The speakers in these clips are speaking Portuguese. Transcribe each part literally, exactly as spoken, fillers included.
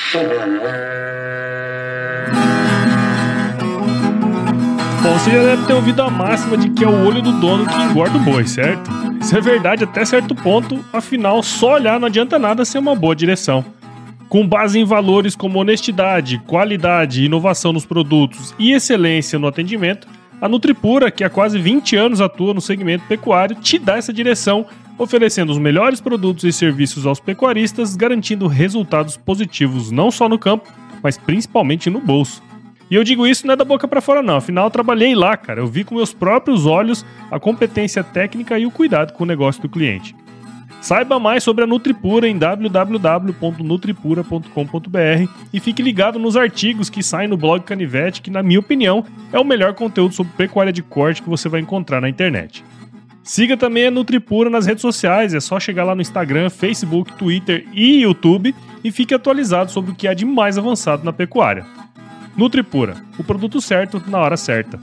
Bom, você já deve ter ouvido a máxima de que é o olho do dono que engorda o boi, certo? Isso é verdade até certo ponto, afinal, só olhar não adianta nada ser uma boa direção. Com base em valores como honestidade, qualidade, inovação nos produtos e excelência no atendimento, a Nutripura, que há quase vinte anos atua no segmento pecuário, te dá essa direção, oferecendo os melhores produtos e serviços aos pecuaristas, garantindo resultados positivos não só no campo, mas principalmente no bolso. E eu digo isso não é da boca pra fora não, afinal eu trabalhei lá, cara, eu vi com meus próprios olhos a competência técnica e o cuidado com o negócio do cliente. Saiba mais sobre a Nutripura em w w w ponto nutripura ponto com ponto b r e fique ligado nos artigos que saem no blog Canivete, que na minha opinião é o melhor conteúdo sobre pecuária de corte que você vai encontrar na internet. Siga também a Nutripura nas redes sociais, é só chegar lá no Instagram, Facebook, Twitter e YouTube e fique atualizado sobre o que há de mais avançado na pecuária. Nutripura, o produto certo na hora certa.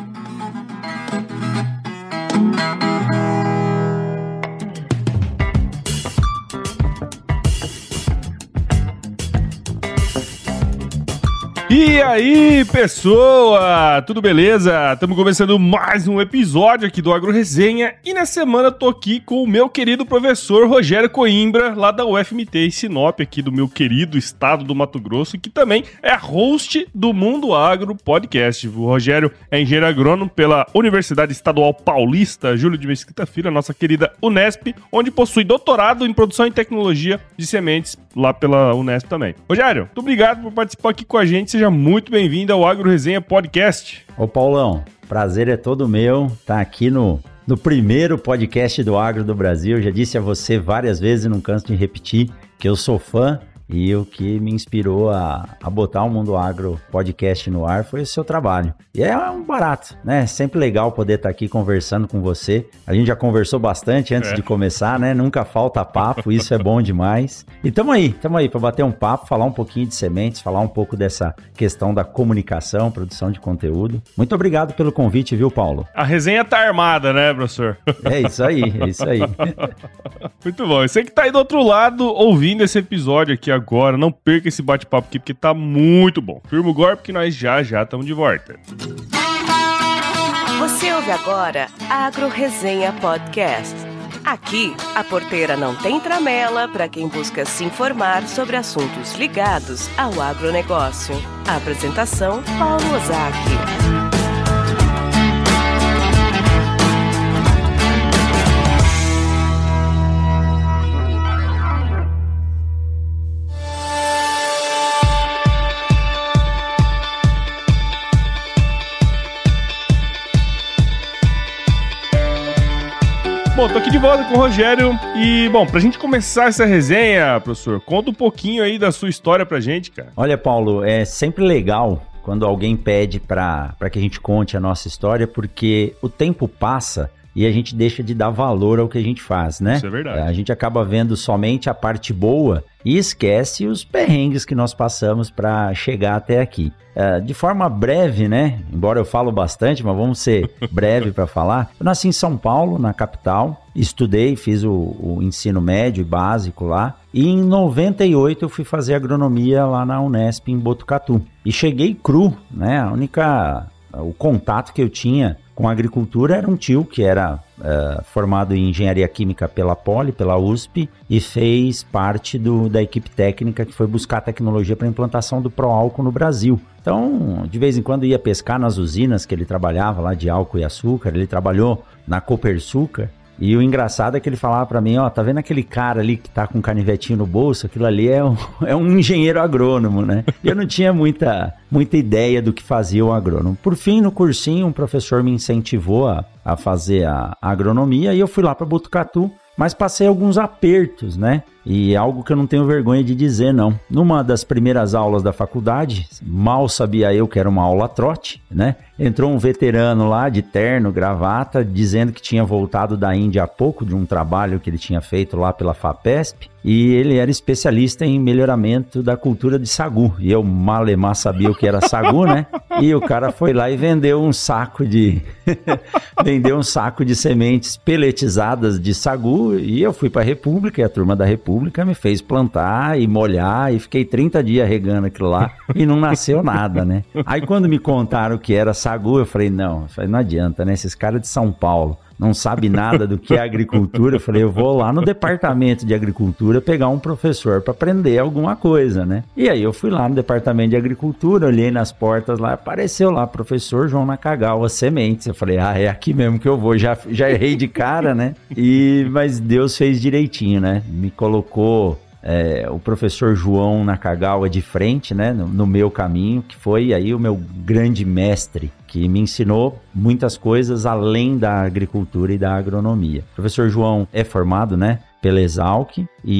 E aí, pessoa, tudo beleza? Estamos começando mais um episódio aqui do Agro Resenha e nessa semana eu tô aqui com o meu querido professor Rogério Coimbra, lá da U F M T em Sinop, aqui do meu querido estado do Mato Grosso, que também é host do Mundo Agro Podcast. O Rogério é engenheiro agrônomo pela Universidade Estadual Paulista Júlio de Mesquita Filho, a nossa querida Unesp, onde possui doutorado em produção e tecnologia de sementes lá pela Unesp também. Rogério, muito obrigado por participar aqui com a gente, seja muito bem-vindo ao Agro Resenha Podcast. Ô Paulão, prazer é todo meu estar tá aqui no, no primeiro podcast do Agro do Brasil. Já disse a você várias vezes e não canso de repetir que eu sou fã e o que me inspirou a, a botar o Mundo Agro Podcast no ar foi o seu trabalho. E é um barato, né? Sempre legal poder estar aqui conversando com você. A gente já conversou bastante antes é. de começar, né? Nunca falta papo, isso é bom demais. E tamo aí, tamo aí para bater um papo, falar um pouquinho de sementes, falar um pouco dessa questão da comunicação, produção de conteúdo. Muito obrigado pelo convite, viu, Paulo? A resenha tá armada, né, professor? É isso aí, é isso aí. Muito bom. Você que tá aí do outro lado ouvindo esse episódio aqui agora, não perca esse bate-papo aqui, porque tá muito bom. Firma o golpe que nós já já estamos de volta. Você ouve agora Agro Resenha Podcast. Aqui, a porteira não tem tramela para quem busca se informar sobre assuntos ligados ao agronegócio. A apresentação, Paulo Ozaki. Bom, tô aqui de volta com o Rogério e, bom, pra gente começar essa resenha, professor, conta um pouquinho aí da sua história pra gente, cara. Olha, Paulo, é sempre legal quando alguém pede pra, pra que a gente conte a nossa história, porque o tempo passa e a gente deixa de dar valor ao que a gente faz, né? Isso é verdade. A gente acaba vendo somente a parte boa e esquece os perrengues que nós passamos para chegar até aqui. Uh, de forma breve, né? Embora eu falo bastante, mas vamos ser breve para falar. Eu nasci em São Paulo, na capital, estudei, fiz o, o ensino médio e básico lá. E em noventa e oito eu fui fazer agronomia lá na Unesp, em Botucatu. E cheguei cru, né? A única... O contato que eu tinha com a agricultura era um tio que era uh, formado em engenharia química pela Poli, pela U S P, e fez parte do, da equipe técnica que foi buscar tecnologia para a implantação do pró-álcool no Brasil. Então, de vez em quando ia pescar nas usinas que ele trabalhava lá de álcool e açúcar, ele trabalhou na Copersucar. E o engraçado é que ele falava pra mim, ó, tá vendo aquele cara ali que tá com um canivetinho no bolso? Aquilo ali é um, é um engenheiro agrônomo, né? E eu não tinha muita, muita ideia do que fazia o agrônomo. Por fim, no cursinho, um professor me incentivou a, a fazer a, a agronomia e eu fui lá pra Botucatu, mas passei alguns apertos, né? E algo que eu não tenho vergonha de dizer, não. Numa das primeiras aulas da faculdade, mal sabia eu que era uma aula trote, né? Entrou um veterano lá de terno, gravata, dizendo que tinha voltado da Índia há pouco, de um trabalho que ele tinha feito lá pela FAPESP. e ele era especialista em melhoramento da cultura de sagu. E eu malemar sabia o que era sagu, né? E o cara foi lá e vendeu um saco de vendeu um saco de sementes peletizadas de sagu, e eu fui para a República, e a turma da República me fez plantar e molhar, e fiquei trinta dias regando aquilo lá e não nasceu nada, né? Aí quando me contaram que era sagu, eu falei, não, eu falei, não adianta, né? Esses caras de São Paulo não sabe nada do que é agricultura. Eu falei, eu vou lá no departamento de agricultura pegar um professor para aprender alguma coisa, né? E aí eu fui lá no departamento de agricultura, olhei nas portas lá, apareceu lá, professor João Nakagawa, sementes. Eu falei, ah, é aqui mesmo que eu vou, já, já errei de cara, né? E, mas Deus fez direitinho, né? Me colocou é, o professor João Nakagawa de frente, né? No, no meu caminho, que foi aí o meu grande mestre, que me ensinou muitas coisas além da agricultura e da agronomia. O professor João é formado, né, pela Exalc,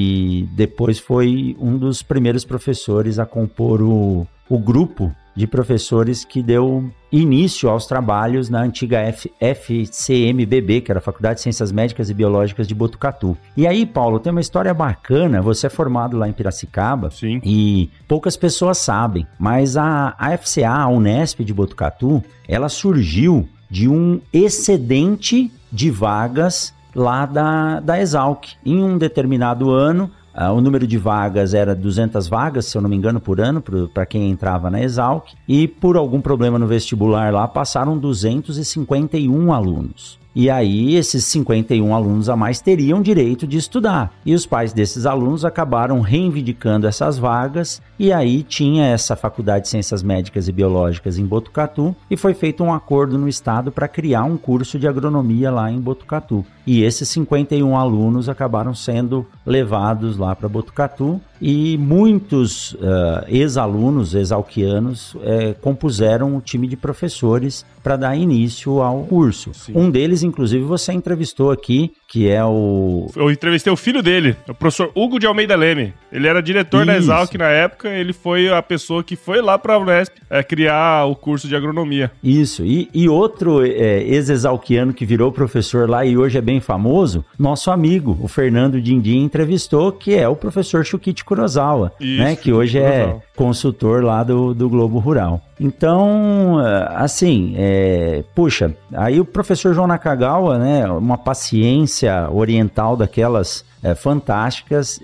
e depois foi um dos primeiros professores a compor o, o grupo de professores que deu início aos trabalhos na antiga F, F C M B B, que era a Faculdade de Ciências Médicas e Biológicas de Botucatu. E aí, Paulo, tem uma história bacana. Você é formado lá em Piracicaba. Sim. E poucas pessoas sabem, mas a, a F C A, a Unesp de Botucatu, ela surgiu de um excedente de vagas lá da, da Exalc. Em um determinado ano, Uh, o número de vagas era duzentas vagas, se eu não me engano, por ano, para quem entrava na Exalc, e por algum problema no vestibular lá, passaram duzentos e cinquenta e um alunos. E aí, esses cinquenta e um alunos a mais teriam direito de estudar. E os pais desses alunos acabaram reivindicando essas vagas, e aí tinha essa Faculdade de Ciências Médicas e Biológicas em Botucatu, e foi feito um acordo no estado para criar um curso de agronomia lá em Botucatu. E esses cinquenta e um alunos acabaram sendo levados lá para Botucatu, e muitos uh, ex-alunos, exalquianos, uh, compuseram um time de professores para dar início ao curso. Sim. Um deles, inclusive, você entrevistou aqui, que é o... Eu entrevistei o filho dele, o professor Hugo de Almeida Leme. Ele era diretor Isso. da Exalc na época, ele foi a pessoa que foi lá para a Unesp é, criar o curso de agronomia. Isso, e, e outro é, ex-exalquiano que virou professor lá e hoje é bem famoso, nosso amigo, o Fernando Dindim, entrevistou, que é o professor Shukichi Kurosawa, Isso, né, que hoje Kurosawa. é consultor lá do, do Globo Rural. Então, assim, é, puxa, aí o professor João Nakagawa, né, uma paciência oriental daquelas é, fantásticas,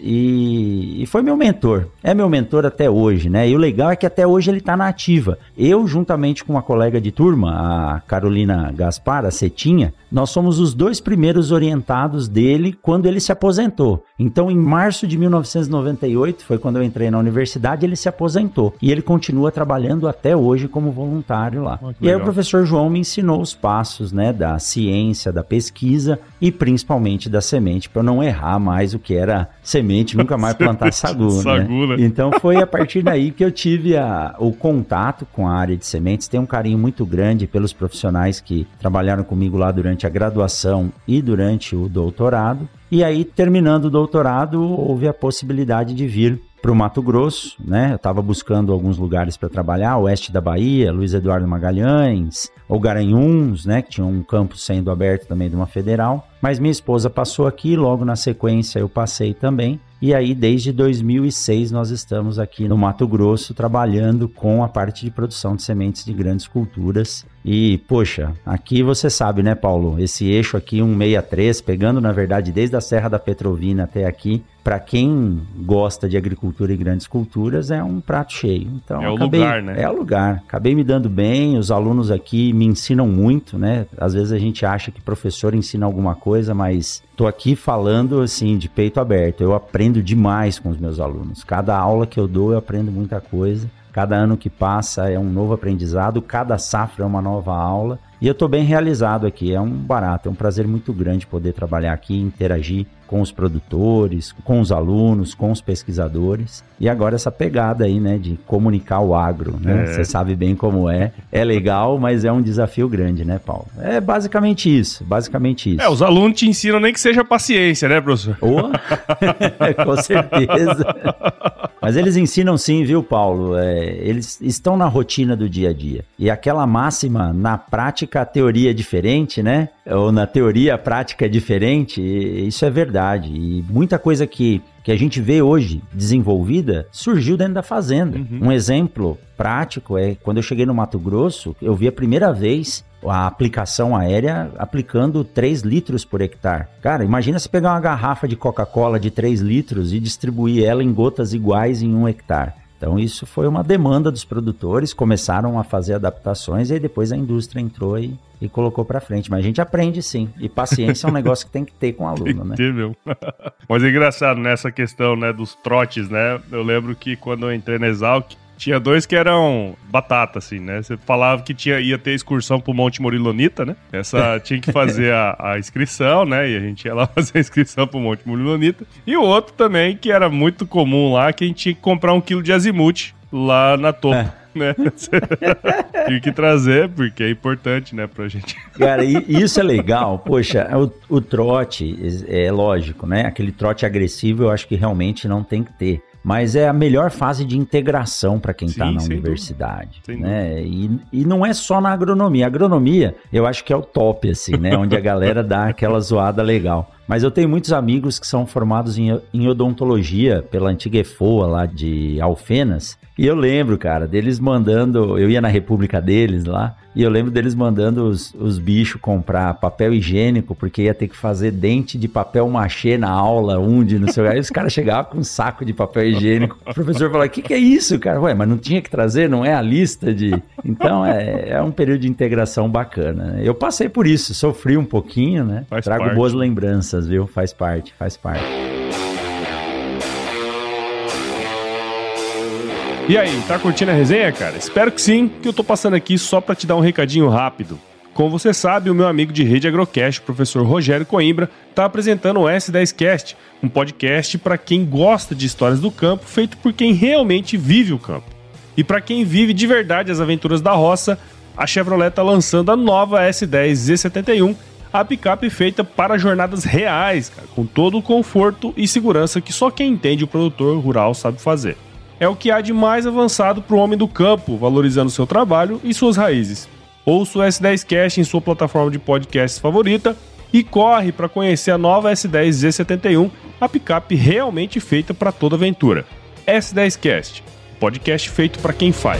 e, e foi meu mentor, é meu mentor até hoje, né, e o legal é que até hoje ele está na ativa. Eu, juntamente com uma colega de turma, a Carolina Gaspar, a Cetinha, nós somos os dois primeiros orientados dele quando ele se aposentou. Então, em março de mil novecentos e noventa e oito, foi quando eu entrei na universidade, ele se aposentou. E ele continua trabalhando até hoje como voluntário lá. Oh, e aí o professor João me ensinou os passos, né, da ciência, da pesquisa e principalmente da semente, para eu não errar mais o que era semente, nunca mais plantar sagu, sagu né? né? Então, foi a partir daí que eu tive a, o contato com a área de sementes. Tenho um carinho muito grande pelos profissionais que trabalharam comigo lá durante a graduação e durante o doutorado. E aí, terminando o doutorado, houve a possibilidade de vir para o Mato Grosso, né? Eu estava buscando alguns lugares para trabalhar, oeste da Bahia, Luiz Eduardo Magalhães, ou Garanhuns, né? Que tinha um campus sendo aberto também de uma federal. Mas minha esposa passou aqui, logo na sequência eu passei também. E aí, desde dois mil e seis, nós estamos aqui no Mato Grosso trabalhando com a parte de produção de sementes de grandes culturas. E, poxa, aqui você sabe, né, Paulo? Esse eixo aqui, cento e sessenta e três, pegando, na verdade, desde a Serra da Petrovina até aqui, para quem gosta de agricultura e grandes culturas, é um prato cheio. Então, é o acabei, lugar, né? É o lugar. Acabei me dando bem, os alunos aqui me ensinam muito, né? Às vezes a gente acha que professor ensina alguma coisa, mas tô aqui falando, assim, de peito aberto. Eu aprendo demais com os meus alunos. Cada aula que eu dou, eu aprendo muita coisa. Cada ano que passa é um novo aprendizado, cada safra é uma nova aula. E eu estou bem realizado aqui, é um barato, é um prazer muito grande poder trabalhar aqui, interagir com os produtores, com os alunos, com os pesquisadores. E agora essa pegada aí, né, de comunicar o agro, né? Você é. sabe bem como é. É legal, mas é um desafio grande, né, Paulo? É basicamente isso, basicamente isso. É, os alunos te ensinam nem que seja paciência, né, professor? Oh, com certeza. Mas eles ensinam sim, viu, Paulo? É, eles estão na rotina do dia a dia. E aquela máxima, na prática, a teoria é diferente, né? ou na teoria a prática é diferente, isso é verdade. E muita coisa que, que a gente vê hoje desenvolvida surgiu dentro da fazenda. Uhum. Um exemplo prático é quando eu cheguei no Mato Grosso, eu vi a primeira vez a aplicação aérea aplicando três litros por hectare. Cara, imagina você pegar uma garrafa de Coca-Cola de três litros e distribuir ela em gotas iguais em um hectare. Então isso foi uma demanda dos produtores, começaram a fazer adaptações e aí depois a indústria entrou e, e colocou para frente. Mas a gente aprende sim, e paciência é um negócio que tem que ter com o aluno, né? Incrível. Mas é engraçado nessa questão, né, dos trotes, né? Eu lembro que quando eu entrei na Exalc, tinha dois que eram batata, assim, né? Você falava que tinha, ia ter excursão pro Monte Murilonita, né? Essa tinha que fazer a, a inscrição, né? E a gente ia lá fazer a inscrição pro Monte Murilonita. E o outro também, que era muito comum lá, que a gente tinha que comprar um quilo de azimuth lá na topo. É. Né? Tinha que trazer, porque é importante, né, pra gente. Cara, e isso é legal. Poxa, o, o trote, é lógico, né? Aquele trote agressivo eu acho que realmente não tem que ter. Mas é a melhor fase de integração para quem está na universidade, né? E, e não é só na agronomia. A agronomia, eu acho que é o top, assim, né? Onde a galera dá aquela zoada legal. Mas eu tenho muitos amigos que são formados em, em odontologia pela antiga EFOA lá de Alfenas. E eu lembro, cara, deles mandando... Eu ia na república deles lá, e eu lembro deles mandando os, os bichos comprar papel higiênico, porque ia ter que fazer dente de papel machê na aula, um de não sei o que. Aí os caras chegavam com um saco de papel higiênico. O professor falava, o que, que é isso, cara? Ué, mas não tinha que trazer? Não é a lista de... Então, é, é um período de integração bacana. Eu passei por isso, sofri um pouquinho, né? Faz Trago parte. Boas lembranças, viu? Faz parte, faz parte. E aí, tá curtindo a resenha, cara? Espero que sim, que eu tô passando aqui só pra te dar um recadinho rápido. Como você sabe, o meu amigo de Rede Agrocast, o professor Rogério Coimbra, tá apresentando o S dez Cast, um podcast para quem gosta de histórias do campo, feito por quem realmente vive o campo. E para quem vive de verdade as aventuras da roça, a Chevrolet tá lançando a nova S dez Z setenta e um, a picape feita para jornadas reais, cara, com todo o conforto e segurança que só quem entende o produtor rural sabe fazer. É o que há de mais avançado para o homem do campo, valorizando seu trabalho e suas raízes. Ouça o S dez Cast em sua plataforma de podcasts favorita e corre para conhecer a nova S dez Z setenta e um, a picape realmente feita para toda aventura. S dez Cast, podcast feito para quem faz.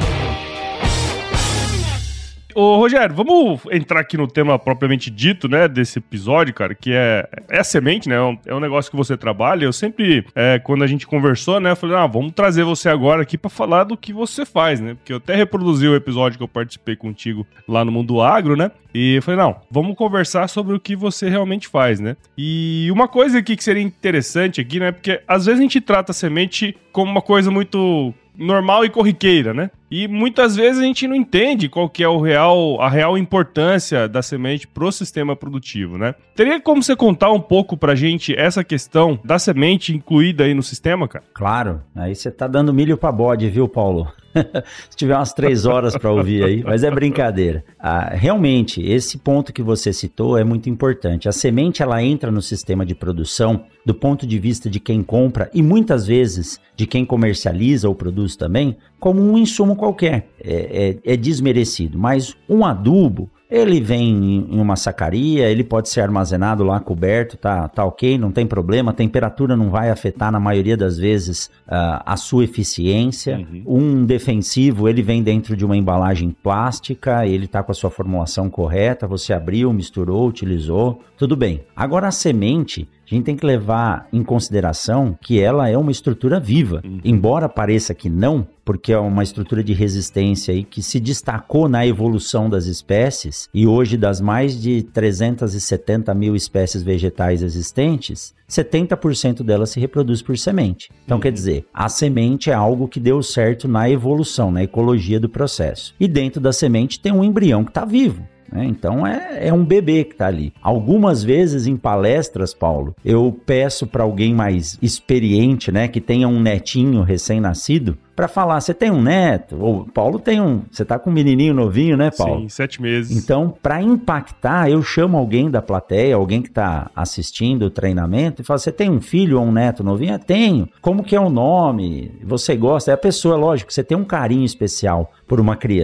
Ô, Rogério, vamos entrar aqui no tema propriamente dito, né, desse episódio, cara, que é, é a semente, né, é um negócio que você trabalha. Eu sempre, é, quando a gente conversou, né, eu falei, ah, vamos trazer você agora aqui pra falar do que você faz, né, porque eu até reproduzi o episódio que eu participei contigo lá no Mundo Agro, né, e eu falei, não, vamos conversar sobre o que você realmente faz, né. E uma coisa aqui que seria interessante aqui, né, porque às vezes a gente trata a semente como uma coisa muito normal e corriqueira, né? E muitas vezes a gente não entende qual que é o real, a real importância da semente pro sistema produtivo, né? Teria como você contar um pouco pra gente essa questão da semente incluída aí no sistema, cara? Claro, aí você tá dando milho pra bode, viu, Paulo? Se tiver umas três horas para ouvir aí, mas é brincadeira. Ah, realmente, esse ponto que você citou é muito importante. A semente, ela entra no sistema de produção do ponto de vista de quem compra e muitas vezes de quem comercializa ou produz também, como um insumo qualquer. É, é, é desmerecido, mas um adubo, ele vem em uma sacaria, ele pode ser armazenado lá coberto, tá, tá ok, não tem problema, a temperatura não vai afetar na maioria das vezes uh, a sua eficiência. Uhum. Um defensivo, ele vem dentro de uma embalagem plástica, ele tá com a sua formulação correta, você abriu, misturou, utilizou, tudo bem. Agora a semente, a gente tem que levar em consideração que ela é uma estrutura viva, uhum. embora pareça que não, porque é uma estrutura de resistência aí que se destacou na evolução das espécies, e hoje das mais de trezentas e setenta mil espécies vegetais existentes, setenta por cento delas se reproduz por semente. Então, uhum. quer dizer, a semente é algo que deu certo na evolução, na ecologia do processo. E dentro da semente tem um embrião que está vivo. Então é, é um bebê que está ali. Algumas vezes em palestras, Paulo, eu peço para alguém mais experiente, né, que tenha um netinho recém-nascido, para falar, você tem um neto? Ou Paulo tem um... Você tá com um menininho novinho, né, Paulo? Sim, sete meses. Então, para impactar, eu chamo alguém da plateia, alguém que está assistindo o treinamento, e falo, você tem um filho ou um neto novinho? Eu tenho. Como que é o nome? Você gosta? É a pessoa, lógico, você tem um carinho especial por uma criança.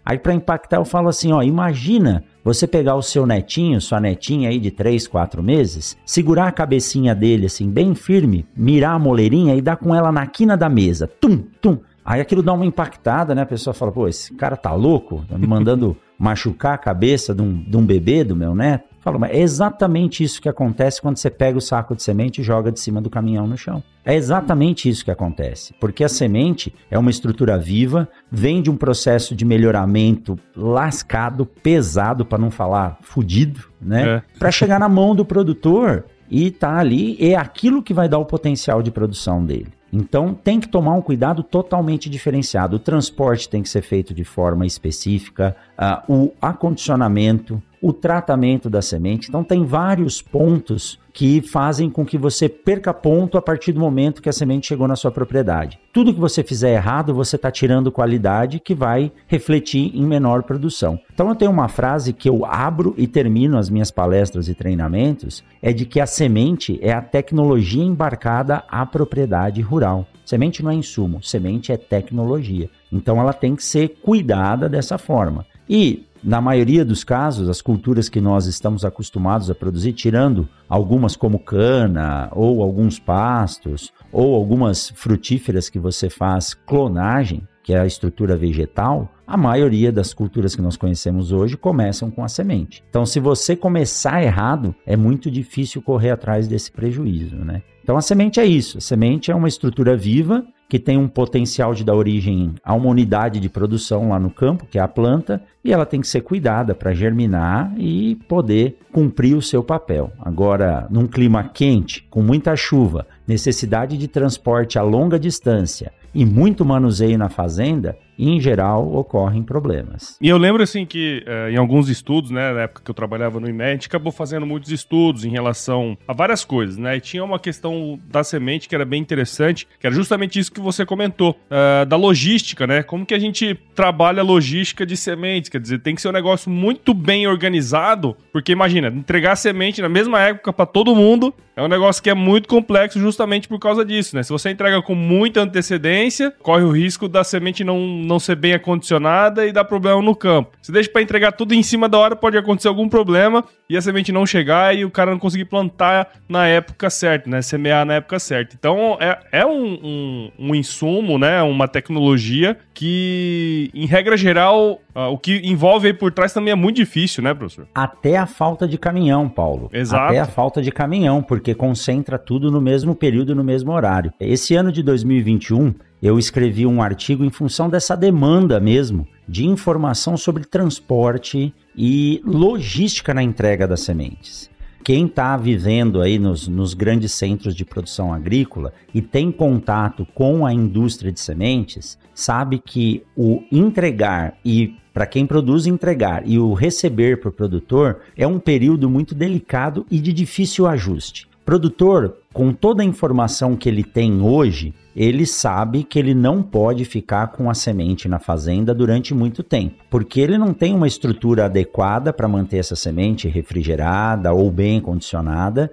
Aí para impactar eu falo assim, ó, imagina você pegar o seu netinho, sua netinha aí de três, quatro meses, segurar a cabecinha dele assim bem firme, mirar a moleirinha e dar com ela na quina da mesa, tum, tum. Aí aquilo dá uma impactada, né? A pessoa fala, pô, esse cara tá louco? Tá me mandando machucar a cabeça de um, de um bebê, do meu neto? Fala, mas é exatamente isso que acontece quando você pega o saco de semente e joga de cima do caminhão no chão. É exatamente isso que acontece, porque a semente é uma estrutura viva, vem de um processo de melhoramento lascado, pesado, para não falar fudido, né? É. Para chegar na mão do produtor e tá ali, é aquilo que vai dar o potencial de produção dele. Então, tem que tomar um cuidado totalmente diferenciado. O transporte tem que ser feito de forma específica, uh, o acondicionamento, o tratamento da semente. Então, tem vários pontos que fazem com que você perca ponto a partir do momento que a semente chegou na sua propriedade. Tudo que você fizer errado, você está tirando qualidade que vai refletir em menor produção. Então, eu tenho uma frase que eu abro e termino as minhas palestras e treinamentos, é de que a semente é a tecnologia embarcada à propriedade rural. Semente não é insumo, semente é tecnologia. Então, ela tem que ser cuidada dessa forma. E na maioria dos casos, as culturas que nós estamos acostumados a produzir, tirando algumas como cana, ou alguns pastos, ou algumas frutíferas que você faz clonagem, que é a estrutura vegetal, a maioria das culturas que nós conhecemos hoje começam com a semente. Então, se você começar errado, é muito difícil correr atrás desse prejuízo, né? Então, a semente é isso. A semente é uma estrutura viva que tem um potencial de dar origem a uma unidade de produção lá no campo, que é a planta, e ela tem que ser cuidada para germinar e poder cumprir o seu papel. Agora, num clima quente, com muita chuva, necessidade de transporte a longa distância e muito manuseio na fazenda, em geral, ocorrem problemas. E eu lembro, assim, que é, em alguns estudos, né, na época que eu trabalhava no I M E, a gente acabou fazendo muitos estudos em relação a várias coisas, né, e tinha uma questão da semente que era bem interessante, que era justamente isso que você comentou, uh, da logística, né, como que a gente trabalha a logística de sementes, quer dizer, tem que ser um negócio muito bem organizado, porque imagina, entregar semente na mesma época para todo mundo é um negócio que é muito complexo justamente por causa disso, né, se você entrega com muita antecedência, corre o risco da semente não não ser bem acondicionada e dar problema no campo. Se deixa para entregar tudo em cima da hora, pode acontecer algum problema e a semente não chegar e o cara não conseguir plantar na época certa, né? Semear na época certa. Então, é, é um, um, um insumo, né? Uma tecnologia que, em regra geral, uh, o que envolve aí por trás também é muito difícil, né, professor? Até a falta de caminhão, Paulo. Exato. Até a falta de caminhão, porque concentra tudo no mesmo período, no mesmo horário. Esse ano de dois mil e vinte e um, eu escrevi um artigo em função dessa demanda mesmo de informação sobre transporte e logística na entrega das sementes. Quem está vivendo aí nos, nos grandes centros de produção agrícola e tem contato com a indústria de sementes, sabe que o entregar e, para quem produz, entregar e o receber para o produtor é um período muito delicado e de difícil ajuste. Produtor, com toda a informação que ele tem hoje, ele sabe que ele não pode ficar com a semente na fazenda durante muito tempo, porque ele não tem uma estrutura adequada para manter essa semente refrigerada ou bem condicionada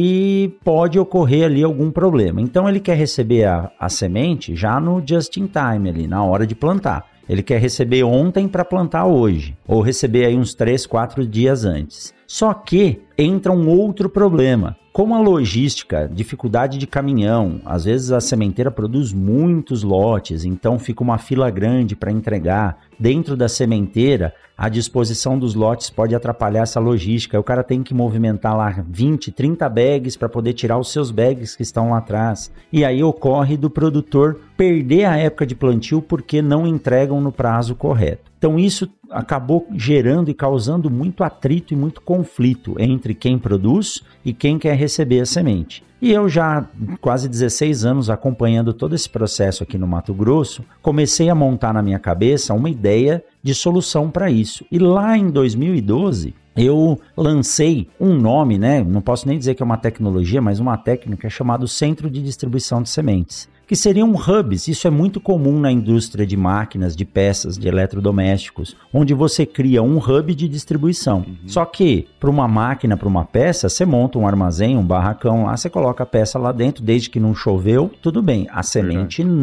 e pode ocorrer ali algum problema. Então ele quer receber a, a semente já no just in time, ali, na hora de plantar. Ele quer receber ontem para plantar hoje, ou receber aí uns três, quatro dias antes. Só que entra um outro problema. Como a logística, dificuldade de caminhão, às vezes a sementeira produz muitos lotes, então fica uma fila grande para entregar. Dentro da sementeira, a disposição dos lotes pode atrapalhar essa logística. O cara tem que movimentar lá vinte, trinta bags para poder tirar os seus bags que estão lá atrás. E aí ocorre do produtor perder a época de plantio porque não entregam no prazo correto. Então isso acabou gerando e causando muito atrito e muito conflito entre quem produz e quem quer receber a semente. E eu já, quase dezesseis anos acompanhando todo esse processo aqui no Mato Grosso, comecei a montar na minha cabeça uma ideia de solução para isso. E lá em dois mil e doze, eu lancei um nome, né? Não posso nem dizer que é uma tecnologia, mas uma técnica chamada Centro de Distribuição de Sementes, que seriam hubs. Isso é muito comum na indústria de máquinas, de peças, de eletrodomésticos, onde você cria um hub de distribuição. Uhum. Só que, para uma máquina, para uma peça, você monta um armazém, um barracão lá, você coloca a peça lá dentro, desde que não choveu, tudo bem. A semente, Verdade. Não.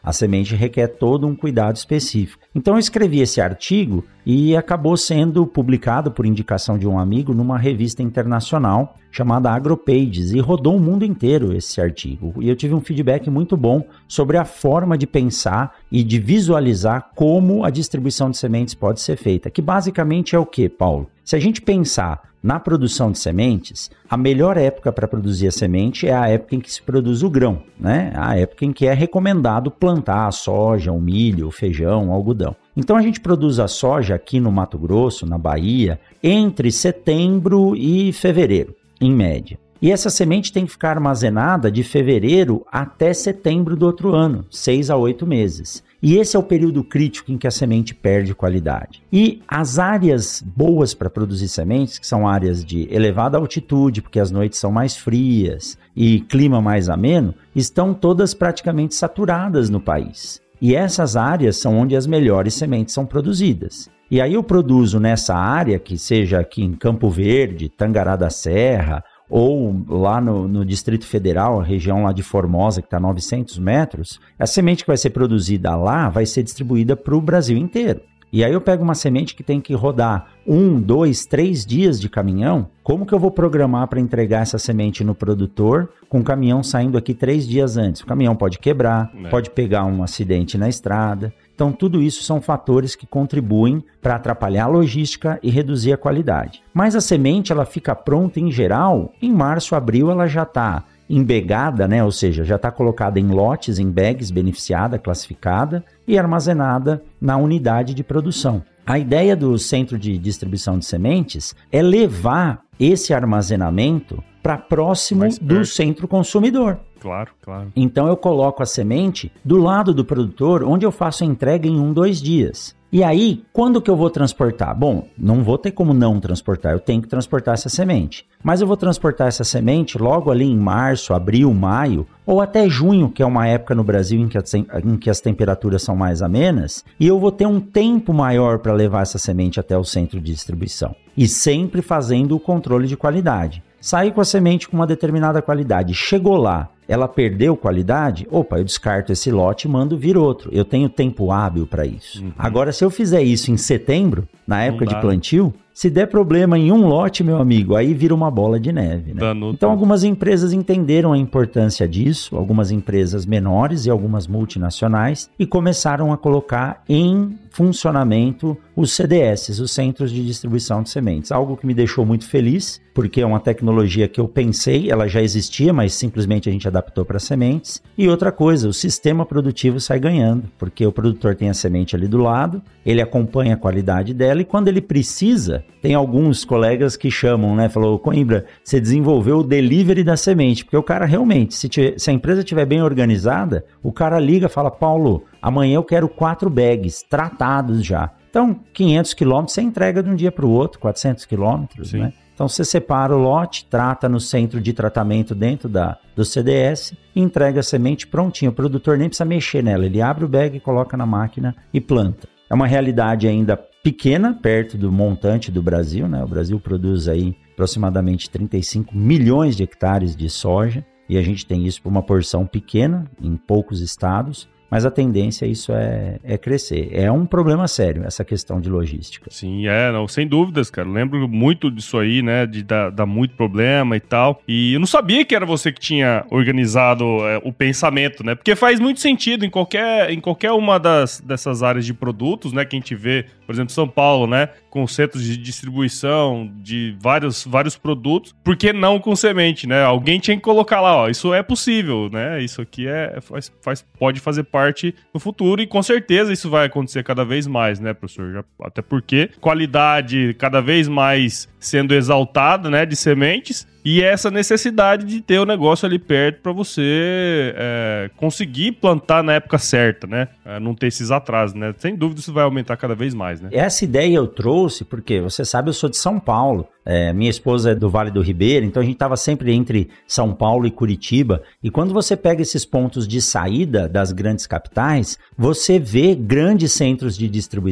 A semente requer todo um cuidado específico. Então eu escrevi esse artigo e acabou sendo publicado por indicação de um amigo numa revista internacional chamada AgroPages, e rodou o mundo inteiro esse artigo. E eu tive um feedback muito bom sobre a forma de pensar e de visualizar como a distribuição de sementes pode ser feita, que basicamente é o quê, Paulo? Se a gente pensar na produção de sementes, a melhor época para produzir a semente é a época em que se produz o grão, né? A época em que é recomendado plantar a soja, o milho, o feijão, o algodão. Então a gente produz a soja aqui no Mato Grosso, na Bahia, entre setembro e fevereiro, em média. E essa semente tem que ficar armazenada de fevereiro até setembro do outro ano, seis a oito meses. E esse é o período crítico em que a semente perde qualidade. E as áreas boas para produzir sementes, que são áreas de elevada altitude, porque as noites são mais frias e clima mais ameno, estão todas praticamente saturadas no país. E essas áreas são onde as melhores sementes são produzidas. E aí eu produzo nessa área, que seja aqui em Campo Verde, Tangará da Serra, ou lá no, no Distrito Federal, a região lá de Formosa, que está a novecentos metros, a semente que vai ser produzida lá vai ser distribuída para o Brasil inteiro. E aí eu pego uma semente que tem que rodar um, dois, três dias de caminhão. Como que eu vou programar para entregar essa semente no produtor com o caminhão saindo aqui três dias antes? O caminhão pode quebrar, é. pode pegar um acidente na estrada. Então, tudo isso são fatores que contribuem para atrapalhar a logística e reduzir a qualidade. Mas a semente ela fica pronta, em geral, em março, abril, ela já está embegada, né? Ou seja, já está colocada em lotes, em bags, beneficiada, classificada e armazenada na unidade de produção. A ideia do centro de distribuição de sementes é levar esse armazenamento para próximo do centro consumidor. Claro, claro. Então eu coloco a semente do lado do produtor, onde eu faço a entrega em um, dois dias. E aí, quando que eu vou transportar? Bom, não vou ter como não transportar, eu tenho que transportar essa semente. Mas eu vou transportar essa semente logo ali em março, abril, maio, ou até junho, que é uma época no Brasil em que, as, em que as temperaturas são mais amenas, e eu vou ter um tempo maior para levar essa semente até o centro de distribuição. E sempre fazendo o controle de qualidade. Saí com a semente com uma determinada qualidade, chegou lá, ela perdeu qualidade, opa, eu descarto esse lote e mando vir outro. Eu tenho tempo hábil para isso. Uhum. Agora, se eu fizer isso em setembro, na época de plantio, se der problema em um lote, meu amigo, aí vira uma bola de neve, né? Então, algumas empresas entenderam a importância disso, algumas empresas menores e algumas multinacionais, e começaram a colocar em funcionamento os C D S, os Centros de Distribuição de Sementes. Algo que me deixou muito feliz, porque é uma tecnologia que eu pensei, ela já existia, mas simplesmente a gente adaptou para sementes. E outra coisa, o sistema produtivo sai ganhando, porque o produtor tem a semente ali do lado, ele acompanha a qualidade dela e quando ele precisa, tem alguns colegas que chamam, né? Falou, Coimbra, você desenvolveu o delivery da semente, porque o cara realmente, se, tiver, se a empresa estiver bem organizada, o cara liga e fala, Paulo, amanhã eu quero quatro bags tratados já. Então, quinhentos quilômetros você entrega de um dia para o outro, quatrocentos quilômetros, né? Então, você separa o lote, trata no centro de tratamento dentro da, do C D S e entrega a semente prontinha. O produtor nem precisa mexer nela, ele abre o bag, coloca na máquina e planta. É uma realidade ainda pequena, perto do montante do Brasil, né? O Brasil produz aí aproximadamente trinta e cinco milhões de hectares de soja e a gente tem isso por uma porção pequena em poucos estados. Mas a tendência isso é, é crescer. É um problema sério, essa questão de logística. Sim, é, não, sem dúvidas, cara. Eu lembro muito disso aí, né, de dar, dar muito problema e tal. E eu não sabia que era você que tinha organizado é, o pensamento, né? Porque faz muito sentido em qualquer, em qualquer uma das, dessas áreas de produtos, né, que a gente vê, por exemplo, São Paulo, né, com centros de distribuição de vários, vários produtos. Por que não com semente, né? Alguém tinha que colocar lá, ó, isso é possível, né? Isso aqui é, faz, faz, pode fazer parte no futuro e com certeza isso vai acontecer cada vez mais, né, professor? Já, até porque qualidade cada vez mais sendo exaltada, né, de sementes e essa necessidade de ter o negócio ali perto para você é, conseguir plantar na época certa, né? É, não ter esses atrasos, né? Sem dúvida isso vai aumentar cada vez mais, né? Essa ideia eu trouxe porque, você sabe, eu sou de São Paulo. É, minha esposa é do Vale do Ribeira, então a gente estava sempre entre São Paulo e Curitiba. E quando você pega esses pontos de saída das grandes capitais, você vê grandes centros de distribuição.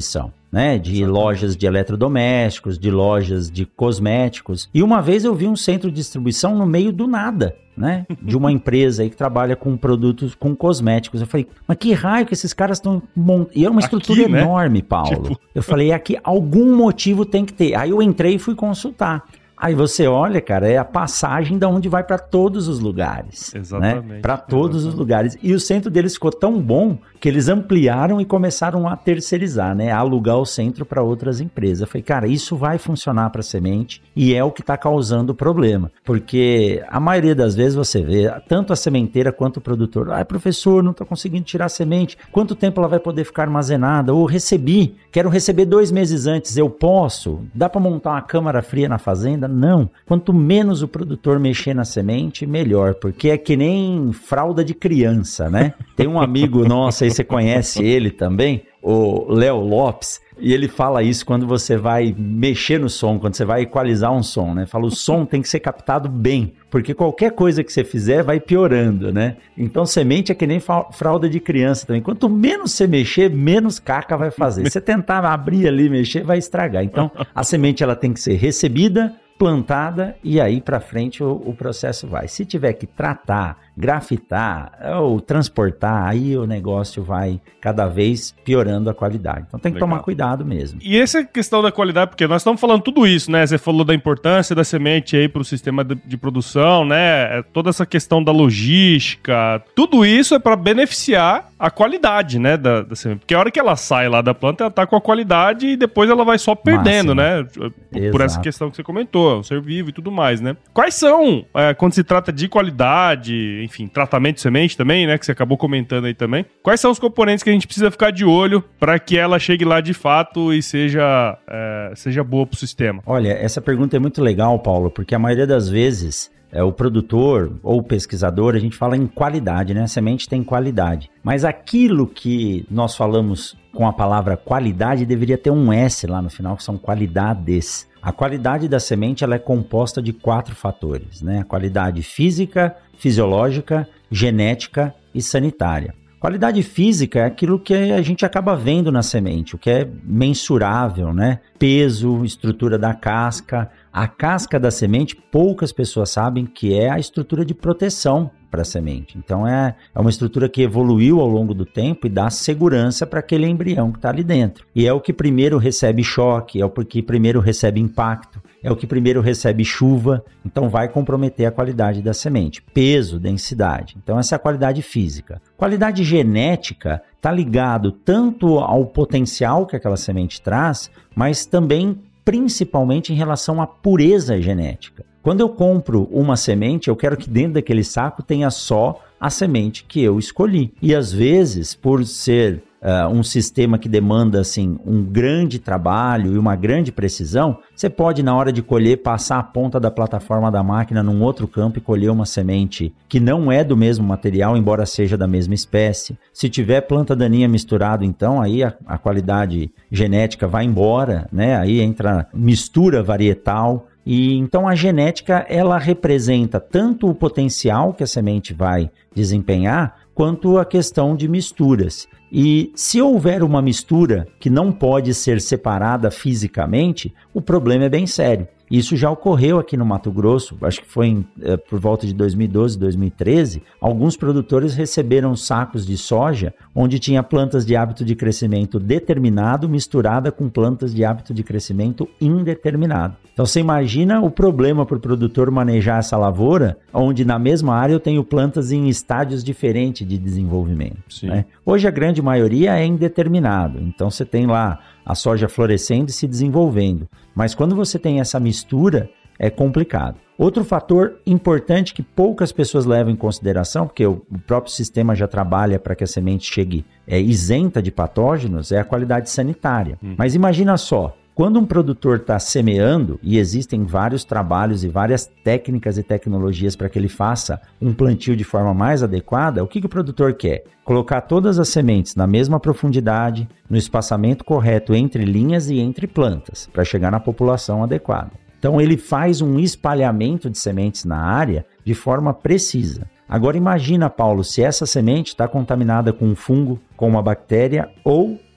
né? De Exatamente. Lojas de eletrodomésticos, de lojas de cosméticos. E uma vez eu vi um centro de distribuição no meio do nada, né? De uma empresa aí que trabalha com produtos, com cosméticos. Eu falei, mas que raio que esses caras estão montando? E é uma estrutura aqui, enorme, né? Paulo. Tipo... Eu falei, aqui algum motivo tem que ter. Aí eu entrei e fui consultar. Aí você olha, cara, é a passagem da onde vai para todos os lugares. Exatamente. Né? Para todos exatamente. Os lugares. E o centro deles ficou tão bom que eles ampliaram e começaram a terceirizar, né? A alugar o centro para outras empresas. Eu falei, cara, isso vai funcionar para a semente e é o que está causando o problema. Porque a maioria das vezes você vê, tanto a sementeira quanto o produtor, ah, professor, não estou conseguindo tirar a semente. Quanto tempo ela vai poder ficar armazenada? Ou recebi, quero receber dois meses antes, eu posso? Dá para montar uma câmara fria na fazenda? Não. Quanto menos o produtor mexer na semente, melhor. Porque é que nem fralda de criança, né? Tem um amigo nosso aí, você conhece ele também, o Léo Lopes, e ele fala isso quando você vai mexer no som, quando você vai equalizar um som, né? Fala, o som tem que ser captado bem, porque qualquer coisa que você fizer vai piorando, né? Então, semente é que nem fralda de criança também. Quanto menos você mexer, menos caca vai fazer. Você tentar abrir ali, mexer, vai estragar. Então, a semente ela tem que ser recebida, plantada e aí para frente o, o processo vai. Se tiver que tratar, grafitar ou transportar, aí o negócio vai cada vez piorando a qualidade. Então tem que Legal. Tomar cuidado mesmo. E essa questão da qualidade, porque nós estamos falando tudo isso, né? Você falou da importância da semente aí para o sistema de, de produção, né? Toda essa questão da logística, tudo isso é para beneficiar a qualidade, né, da, da semente. Porque a hora que ela sai lá da planta, ela tá com a qualidade e depois ela vai só perdendo, Máximo. Né? Por Exato. Essa questão que você comentou, o ser vivo e tudo mais, né? Quais são, é, quando se trata de qualidade, enfim, tratamento de semente também, né, que você acabou comentando aí também, quais são os componentes que a gente precisa ficar de olho para que ela chegue lá de fato e seja, é, seja boa pro sistema? Olha, essa pergunta é muito legal, Paulo, porque a maioria das vezes é, o produtor ou o pesquisador, a gente fala em qualidade, né? A semente tem qualidade. Mas aquilo que nós falamos com a palavra qualidade deveria ter um S lá no final, que são qualidades. A qualidade da semente ela é composta de quatro fatores, né? A qualidade física, fisiológica, genética e sanitária. Qualidade física é aquilo que a gente acaba vendo na semente, o que é mensurável, né? Peso, estrutura da casca. A casca da semente, poucas pessoas sabem que é a estrutura de proteção para a semente. Então é, é uma estrutura que evoluiu ao longo do tempo e dá segurança para aquele embrião que está ali dentro. E é o que primeiro recebe choque, é o que primeiro recebe impacto, é o que primeiro recebe chuva, então vai comprometer a qualidade da semente. Peso, densidade. Então essa é a qualidade física. Qualidade genética está ligado tanto ao potencial que aquela semente traz, mas também principalmente em relação à pureza genética. Quando eu compro uma semente, eu quero que dentro daquele saco tenha só a semente que eu escolhi. E às vezes, por ser uh, um sistema que demanda assim, um grande trabalho e uma grande precisão, você pode, na hora de colher, passar a ponta da plataforma da máquina num outro campo e colher uma semente que não é do mesmo material, embora seja da mesma espécie. Se tiver planta daninha misturado, então aí a, a qualidade genética vai embora, né? Aí entra mistura varietal. E então a genética ela representa tanto o potencial que a semente vai desempenhar, quanto a questão de misturas. E se houver uma mistura que não pode ser separada fisicamente, o problema é bem sério. Isso já ocorreu aqui no Mato Grosso, acho que foi em, é, por volta de dois mil e doze, dois mil e treze, alguns produtores receberam sacos de soja onde tinha plantas de hábito de crescimento determinado misturada com plantas de hábito de crescimento indeterminado. Então você imagina o problema para o produtor manejar essa lavoura, onde na mesma área eu tenho plantas em estádios diferentes de desenvolvimento. Né? Hoje a grande maioria é indeterminado, então você tem lá a soja florescendo e se desenvolvendo. Mas quando você tem essa mistura, é complicado. Outro fator importante que poucas pessoas levam em consideração, porque o próprio sistema já trabalha para que a semente chegue é, isenta de patógenos, é a qualidade sanitária. Hum. Mas imagina só, quando um produtor está semeando, e existem vários trabalhos e várias técnicas e tecnologias para que ele faça um plantio de forma mais adequada, o que, que o produtor quer? Colocar todas as sementes na mesma profundidade, no espaçamento correto entre linhas e entre plantas, para chegar na população adequada. Então ele faz um espalhamento de sementes na área de forma precisa. Agora imagina, Paulo, se essa semente está contaminada com um fungo, com uma bactéria ou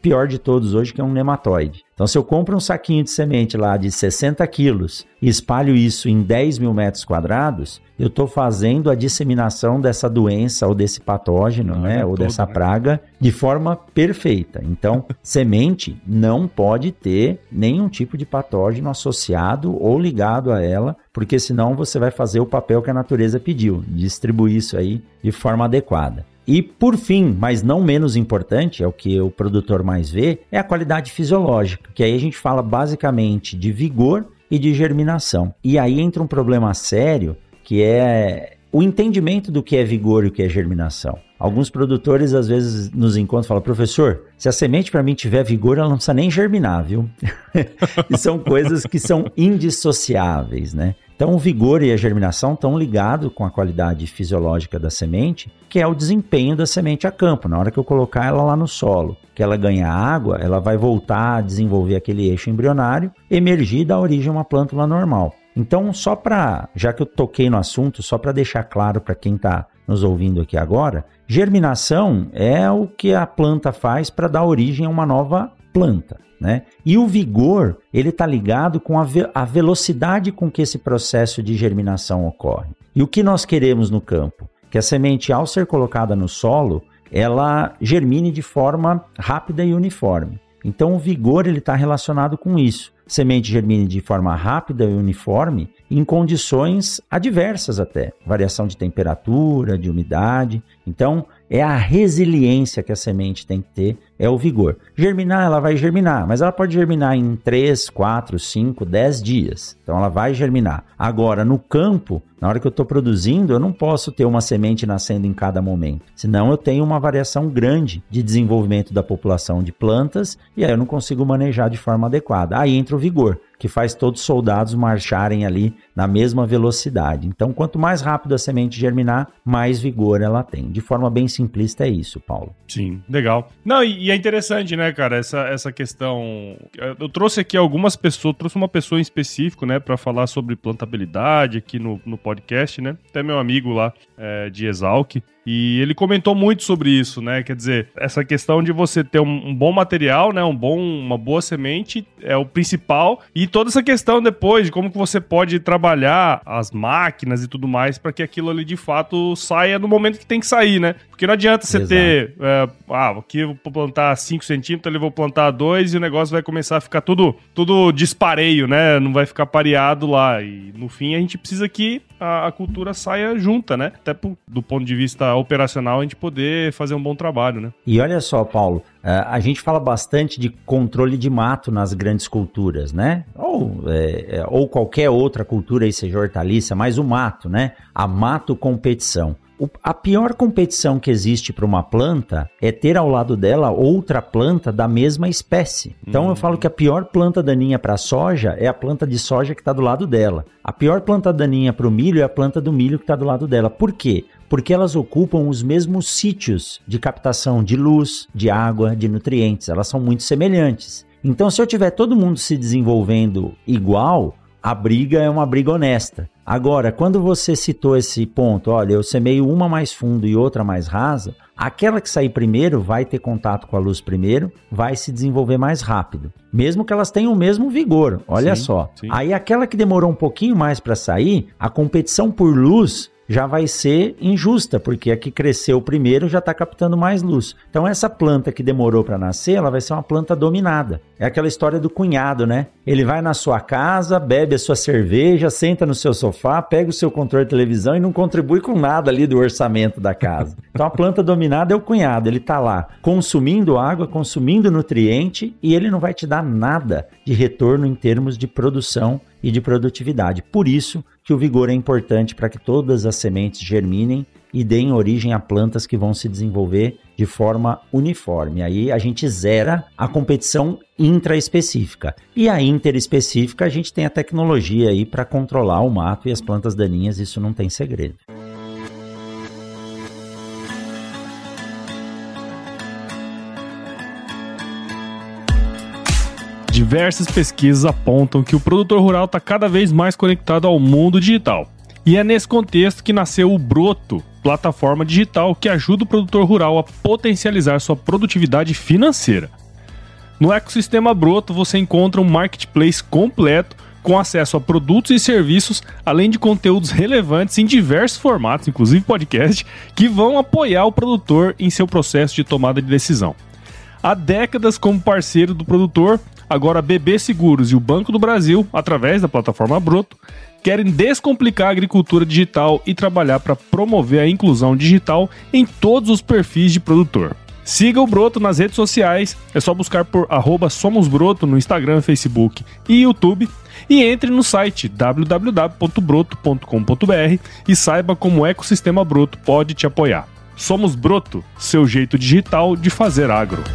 pior de todos hoje, que é um nematóide. Então, se eu compro um saquinho de semente lá de sessenta quilos e espalho isso em dez mil metros quadrados, eu estou fazendo a disseminação dessa doença ou desse patógeno, né, é ou todo, dessa né? praga de forma perfeita. Então, semente não pode ter nenhum tipo de patógeno associado ou ligado a ela, porque senão você vai fazer o papel que a natureza pediu, distribuir isso aí de forma adequada. E por fim, mas não menos importante, é o que o produtor mais vê, é a qualidade fisiológica, que aí a gente fala basicamente de vigor e de germinação. E aí entra um problema sério, que é o entendimento do que é vigor e o que é germinação. Alguns produtores às vezes nos encontram e falam, professor, se a semente para mim tiver vigor, ela não precisa nem germinar, viu? E são coisas que são indissociáveis, né? Então o vigor e a germinação estão ligados com a qualidade fisiológica da semente, que é o desempenho da semente a campo. Na hora que eu colocar ela lá no solo, que ela ganha água, ela vai voltar a desenvolver aquele eixo embrionário, emergir e dar origem a uma plântula normal. Então, só para, já que eu toquei no assunto, só para deixar claro para quem está nos ouvindo aqui agora, germinação é o que a planta faz para dar origem a uma nova planta, né? E o vigor, ele está ligado com a, ve- a velocidade com que esse processo de germinação ocorre. E o que nós queremos no campo? Que a semente, ao ser colocada no solo, ela germine de forma rápida e uniforme. Então, o vigor está relacionado com isso. Semente germine de forma rápida e uniforme em condições adversas até. Variação de temperatura, de umidade. Então, é a resiliência que a semente tem que ter, é o vigor. Germinar, ela vai germinar, mas ela pode germinar em três, quatro, cinco, dez dias. Então, ela vai germinar. Agora, no campo, na hora que eu estou produzindo, eu não posso ter uma semente nascendo em cada momento. Senão, eu tenho uma variação grande de desenvolvimento da população de plantas e aí eu não consigo manejar de forma adequada. Aí entra o vigor, que faz todos os soldados marcharem ali na mesma velocidade. Então, quanto mais rápido a semente germinar, mais vigor ela tem. De forma bem simplista é isso, Paulo. Sim, legal. Não, e, e é interessante, né, cara, essa, essa questão... Eu trouxe aqui algumas pessoas, trouxe uma pessoa em específico, né, para falar sobre plantabilidade aqui no, no podcast, né, até meu amigo lá é, de Exalc. E ele comentou muito sobre isso, né? Quer dizer, essa questão de você ter um, um bom material, né? Um bom, uma boa semente é o principal. E toda essa questão depois de como que você pode trabalhar as máquinas e tudo mais para que aquilo ali de fato saia no momento que tem que sair, né? Porque não adianta você Exato. ter... É, ah, aqui eu vou plantar cinco centímetros, ali eu vou plantar dois e o negócio vai começar a ficar tudo, tudo dispareio, né? Não vai ficar pareado lá. E no fim a gente precisa que a, a cultura saia junta, né? Até pro, do ponto de vista operacional, a gente poder fazer um bom trabalho, né? E olha só, Paulo, a gente fala bastante de controle de mato nas grandes culturas, né? Ou, é, ou qualquer outra cultura aí, seja hortaliça, mas o mato, né? A mato competição. O, a pior competição que existe para uma planta é ter ao lado dela outra planta da mesma espécie. Então, hum. eu falo que a pior planta daninha para a soja é a planta de soja que está do lado dela. A pior planta daninha para o milho é a planta do milho que está do lado dela. Por quê? Porque elas ocupam os mesmos sítios de captação de luz, de água, de nutrientes. Elas são muito semelhantes. Então, se eu tiver todo mundo se desenvolvendo igual, a briga é uma briga honesta. Agora, quando você citou esse ponto, olha, eu semeio uma mais fundo e outra mais rasa, aquela que sair primeiro vai ter contato com a luz primeiro, vai se desenvolver mais rápido. Mesmo que elas tenham o mesmo vigor, olha sim, só. Sim. Aí aquela que demorou um pouquinho mais para sair, a competição por luz já vai ser injusta, porque a que cresceu primeiro já está captando mais luz. Então essa planta que demorou para nascer, ela vai ser uma planta dominada. É aquela história do cunhado, né? Ele vai na sua casa, bebe a sua cerveja, senta no seu sofá, pega o seu controle de televisão e não contribui com nada ali do orçamento da casa. Então a planta dominada é o cunhado, ele está lá consumindo água, consumindo nutriente e ele não vai te dar nada de retorno em termos de produção e de produtividade. Por isso que o vigor é importante para que todas as sementes germinem e deem origem a plantas que vão se desenvolver de forma uniforme. Aí a gente zera a competição intraespecífica. E a interespecífica a gente tem a tecnologia aí para controlar o mato e as plantas daninhas, isso não tem segredo. Diversas pesquisas apontam que o produtor rural está cada vez mais conectado ao mundo digital. E é nesse contexto que nasceu o Broto, plataforma digital que ajuda o produtor rural a potencializar sua produtividade financeira. No ecossistema Broto você encontra um marketplace completo com acesso a produtos e serviços, além de conteúdos relevantes em diversos formatos, inclusive podcast, que vão apoiar o produtor em seu processo de tomada de decisão. Há décadas como parceiro do produtor, agora a B B Seguros e o Banco do Brasil, através da plataforma Broto, querem descomplicar a agricultura digital e trabalhar para promover a inclusão digital em todos os perfis de produtor. Siga o Broto nas redes sociais, é só buscar por arroba Somos Broto no Instagram, Facebook e YouTube, e entre no site w w w ponto broto ponto com ponto b r e saiba como o ecossistema Broto pode te apoiar. Somos Broto, seu jeito digital de fazer agro.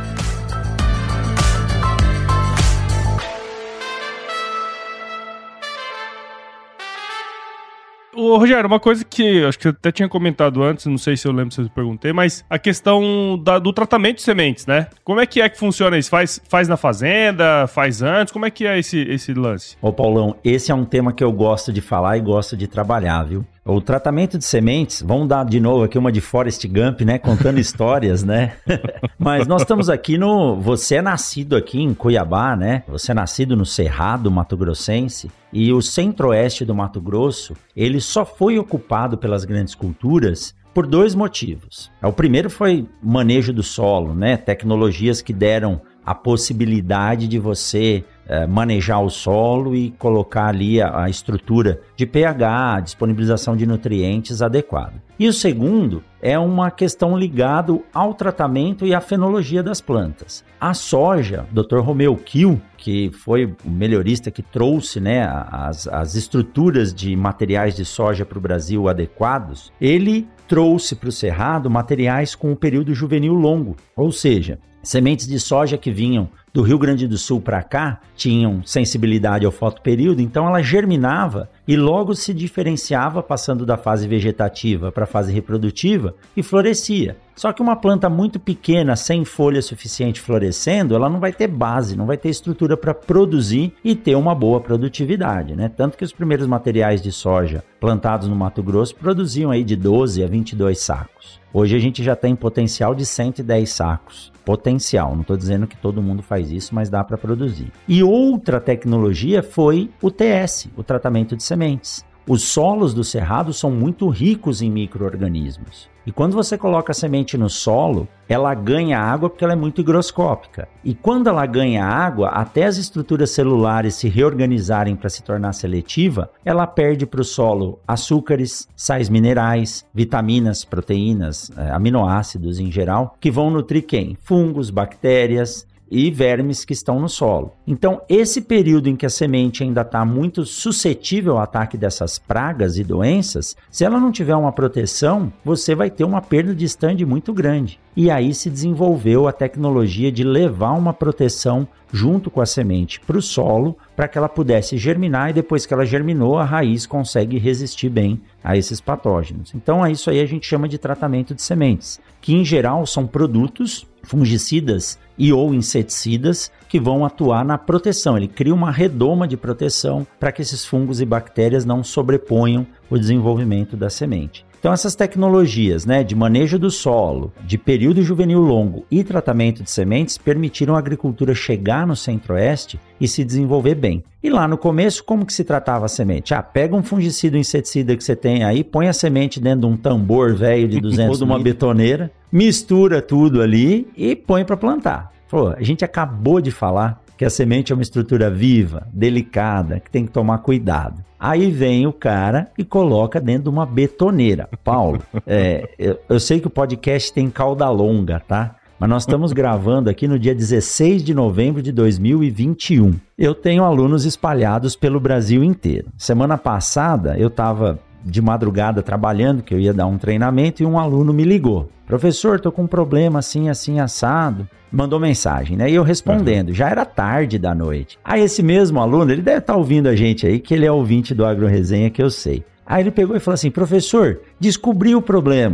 Ô, Rogério, uma coisa que acho que eu até tinha comentado antes, não sei se eu lembro se eu perguntei, mas a questão da, do tratamento de sementes, né? Como é que é que funciona isso? Faz, faz na fazenda? Faz antes? Como é que é esse, esse lance? Ô, Paulão, esse é um tema que eu gosto de falar e gosto de trabalhar, viu? O tratamento de sementes, vamos dar de novo aqui uma de Forrest Gump, né? Contando histórias, né? Mas nós estamos aqui no... Você é nascido aqui em Cuiabá, né? Você é nascido no Cerrado Mato Grossense. E o centro-oeste do Mato Grosso, ele só foi ocupado pelas grandes culturas por dois motivos. O primeiro foi manejo do solo, né? Tecnologias que deram a possibilidade de você é, manejar o solo e colocar ali a, a estrutura de pH, disponibilização de nutrientes adequada. E o segundo é uma questão ligada ao tratamento e à fenologia das plantas. A soja, doutor Romeu Kiel, que foi o melhorista que trouxe, né, as, as estruturas de materiais de soja para o Brasil adequados, ele trouxe para o Cerrado materiais com um período juvenil longo, ou seja, sementes de soja que vinham do Rio Grande do Sul para cá tinham sensibilidade ao fotoperíodo, então ela germinava e logo se diferenciava passando da fase vegetativa para a fase reprodutiva e florescia. Só que uma planta muito pequena, sem folha suficiente florescendo, ela não vai ter base, não vai ter estrutura para produzir e ter uma boa produtividade, né? Tanto que os primeiros materiais de soja plantados no Mato Grosso produziam aí de doze a vinte e dois sacos. Hoje a gente já tem potencial de cento e dez sacos. Potencial, não estou dizendo que todo mundo faz isso, mas dá para produzir. E outra tecnologia foi o T S, o tratamento de sementes. Os solos do Cerrado são muito ricos em micro-organismos. E quando você coloca a semente no solo, ela ganha água porque ela é muito higroscópica. E quando ela ganha água, até as estruturas celulares se reorganizarem para se tornar seletiva, ela perde para o solo açúcares, sais minerais, vitaminas, proteínas, aminoácidos em geral, que vão nutrir quem? Fungos, bactérias e vermes que estão no solo. Então, esse período em que a semente ainda está muito suscetível ao ataque dessas pragas e doenças, se ela não tiver uma proteção, você vai ter uma perda de stand muito grande. E aí se desenvolveu a tecnologia de levar uma proteção junto com a semente para o solo, para que ela pudesse germinar e depois que ela germinou, a raiz consegue resistir bem a esses patógenos. Então, é isso aí a gente chama de tratamento de sementes, que em geral são produtos fungicidas e ou inseticidas que vão atuar na proteção. Ele cria uma redoma de proteção para que esses fungos e bactérias não sobreponham o desenvolvimento da semente. Então essas tecnologias, né, de manejo do solo, de período juvenil longo e tratamento de sementes permitiram a agricultura chegar no centro-oeste e se desenvolver bem. E lá no começo, como que se tratava a semente? Ah, pega um fungicida ou inseticida que você tem aí, põe a semente dentro de um tambor velho de duzentos ou de uma betoneira, mistura tudo ali e põe para plantar. Pô, a gente acabou de falar que a semente é uma estrutura viva, delicada, que tem que tomar cuidado. Aí vem o cara e coloca dentro de uma betoneira. Paulo, é, eu, eu sei que o podcast tem cauda longa, tá? Mas nós estamos gravando aqui no dia dezesseis de novembro de dois mil e vinte e um. Eu tenho alunos espalhados pelo Brasil inteiro. Semana passada eu estava de madrugada trabalhando, que eu ia dar um treinamento, e um aluno me ligou. Professor, tô com um problema assim, assim, assado. Mandou mensagem, né? E eu respondendo, uhum. Já era tarde da noite. Aí esse mesmo aluno, ele deve estar ouvindo a gente aí, que ele é ouvinte do Agro Resenha, que eu sei. Aí ele pegou e falou assim, professor, descobri o problema.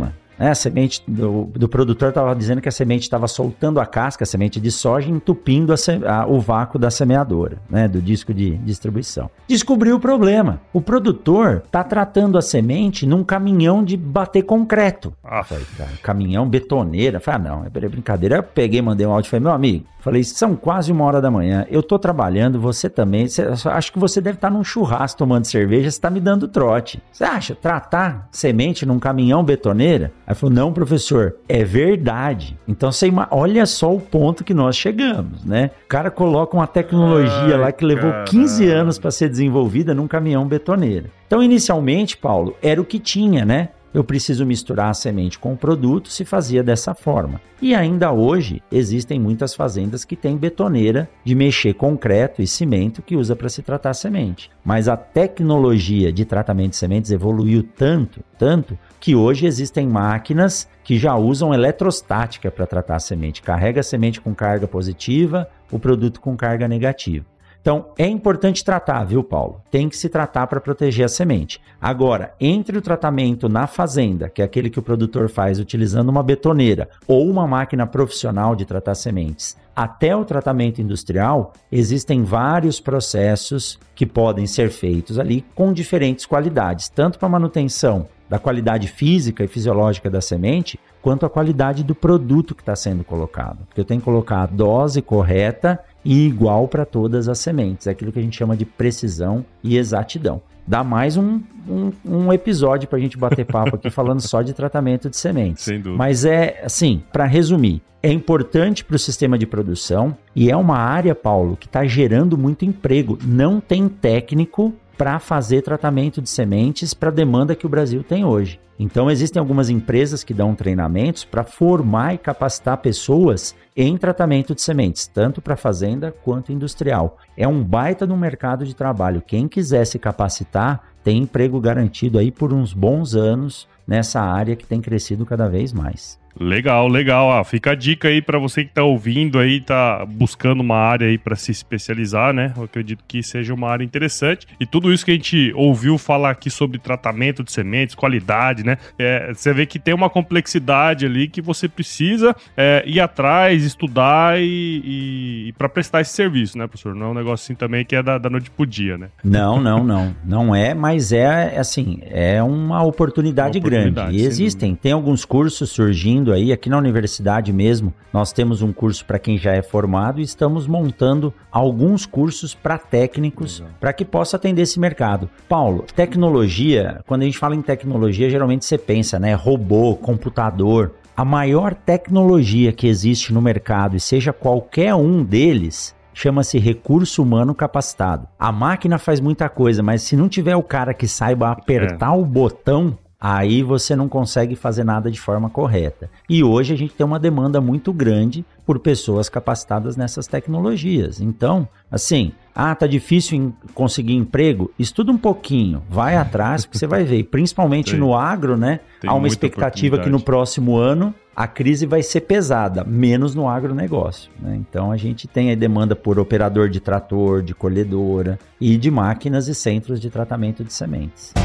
né? A semente do, do produtor estava dizendo que a semente estava soltando a casca, a semente de soja, entupindo a, a, o vácuo da semeadora, né? Do disco de distribuição. Descobriu o problema. O produtor está tratando a semente num caminhão de bater concreto. Ah, falei, cara, caminhão betoneira. Falei, ah, não, é brincadeira. Eu peguei, mandei um áudio e falei, meu amigo, falei, são quase uma hora da manhã, eu tô trabalhando, você também, você, acho que você deve estar num churrasco tomando cerveja, você tá me dando trote. Você acha, tratar semente num caminhão betoneira? Aí falou, não, professor, é verdade. Então, você, olha só o ponto que nós chegamos, né? O cara coloca uma tecnologia Ai, lá que levou caramba. quinze anos para ser desenvolvida num caminhão betoneira. Então, inicialmente, Paulo, era o que tinha, né? Eu preciso misturar a semente com o produto, se fazia dessa forma. E ainda hoje, existem muitas fazendas que têm betoneira de mexer concreto e cimento que usa para se tratar a semente. Mas a tecnologia de tratamento de sementes evoluiu tanto, tanto, que hoje existem máquinas que já usam eletrostática para tratar a semente. Carrega a semente com carga positiva, o produto com carga negativa. Então, é importante tratar, viu, Paulo? Tem que se tratar para proteger a semente. Agora, entre o tratamento na fazenda, que é aquele que o produtor faz utilizando uma betoneira ou uma máquina profissional de tratar sementes, até o tratamento industrial, existem vários processos que podem ser feitos ali com diferentes qualidades, tanto para manutenção da qualidade física e fisiológica da semente, quanto a qualidade do produto que está sendo colocado. Porque eu tenho que colocar a dose correta e igual para todas as sementes. É aquilo que a gente chama de precisão e exatidão. Dá mais um, um, um episódio para a gente bater papo aqui falando só de tratamento de sementes. Sem dúvida. Mas é, assim, para resumir, é importante para o sistema de produção e é uma área, Paulo, que está gerando muito emprego. Não tem técnico para fazer tratamento de sementes para a demanda que o Brasil tem hoje. Então, existem algumas empresas que dão treinamentos para formar e capacitar pessoas em tratamento de sementes, tanto para fazenda quanto industrial. É um baita no mercado de trabalho. Quem quiser se capacitar tem emprego garantido aí por uns bons anos nessa área que tem crescido cada vez mais. Legal, legal. Ah, fica a dica aí para você que está ouvindo aí, tá buscando uma área aí para se especializar, né? Eu acredito que seja uma área interessante. E tudo isso que a gente ouviu falar aqui sobre tratamento de sementes, qualidade, né? É, você vê que tem uma complexidade ali que você precisa é, ir atrás, estudar e, e, e para prestar esse serviço, né, professor? Não é um negócio assim também que é da, da noite pro dia, né? Não, não, não. Não é, mas é assim, é uma oportunidade, uma oportunidade grande. E existem, tem alguns cursos surgindo aí, aqui na universidade mesmo, nós temos um curso para quem já é formado e estamos montando alguns cursos para técnicos para que possa atender esse mercado. Paulo, tecnologia, quando a gente fala em tecnologia, geralmente você pensa, né, robô, computador. A maior tecnologia que existe no mercado, e seja qualquer um deles, chama-se recurso humano capacitado. A máquina faz muita coisa, mas se não tiver o cara que saiba apertar é. o botão, aí você não consegue fazer nada de forma correta. E hoje a gente tem uma demanda muito grande por pessoas capacitadas nessas tecnologias. Então, assim, ah, tá difícil em conseguir emprego? Estuda um pouquinho, vai atrás, que você vai ver. Principalmente tem, no agro, né? Há uma expectativa que no próximo ano a crise vai ser pesada, menos no agronegócio, né? Então a gente tem a demanda por operador de trator, de colhedora e de máquinas e centros de tratamento de sementes.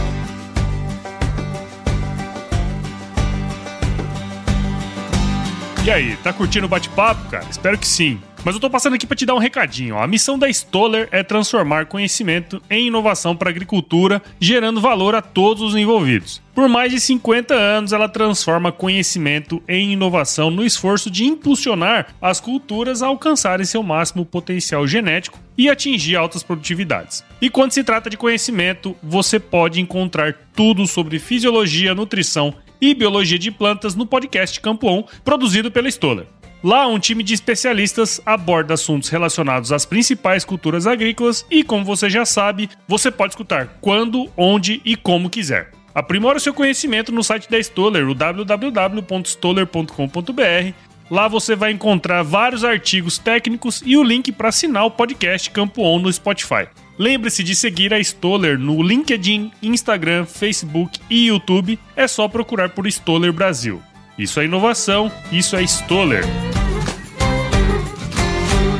E aí, tá curtindo o bate-papo, cara? Espero que sim. Mas eu tô passando aqui para te dar um recadinho. Ó. A missão da Stoller é transformar conhecimento em inovação para a agricultura, gerando valor a todos os envolvidos. Por mais de cinquenta anos, ela transforma conhecimento em inovação no esforço de impulsionar as culturas a alcançarem seu máximo potencial genético e atingir altas produtividades. E quando se trata de conhecimento, você pode encontrar tudo sobre fisiologia, nutrição e biologia de plantas no podcast Campo On, produzido pela Stoller. Lá, um time de especialistas aborda assuntos relacionados às principais culturas agrícolas e, como você já sabe, você pode escutar quando, onde e como quiser. Aprimora o seu conhecimento no site da Stoller, o w w w ponto stoller ponto com ponto b r. Lá você vai encontrar vários artigos técnicos e o link para assinar o podcast Campo On no Spotify. Lembre-se de seguir a Stoller no LinkedIn, Instagram, Facebook e YouTube. É só procurar por Stoller Brasil. Isso é inovação, isso é Stoller.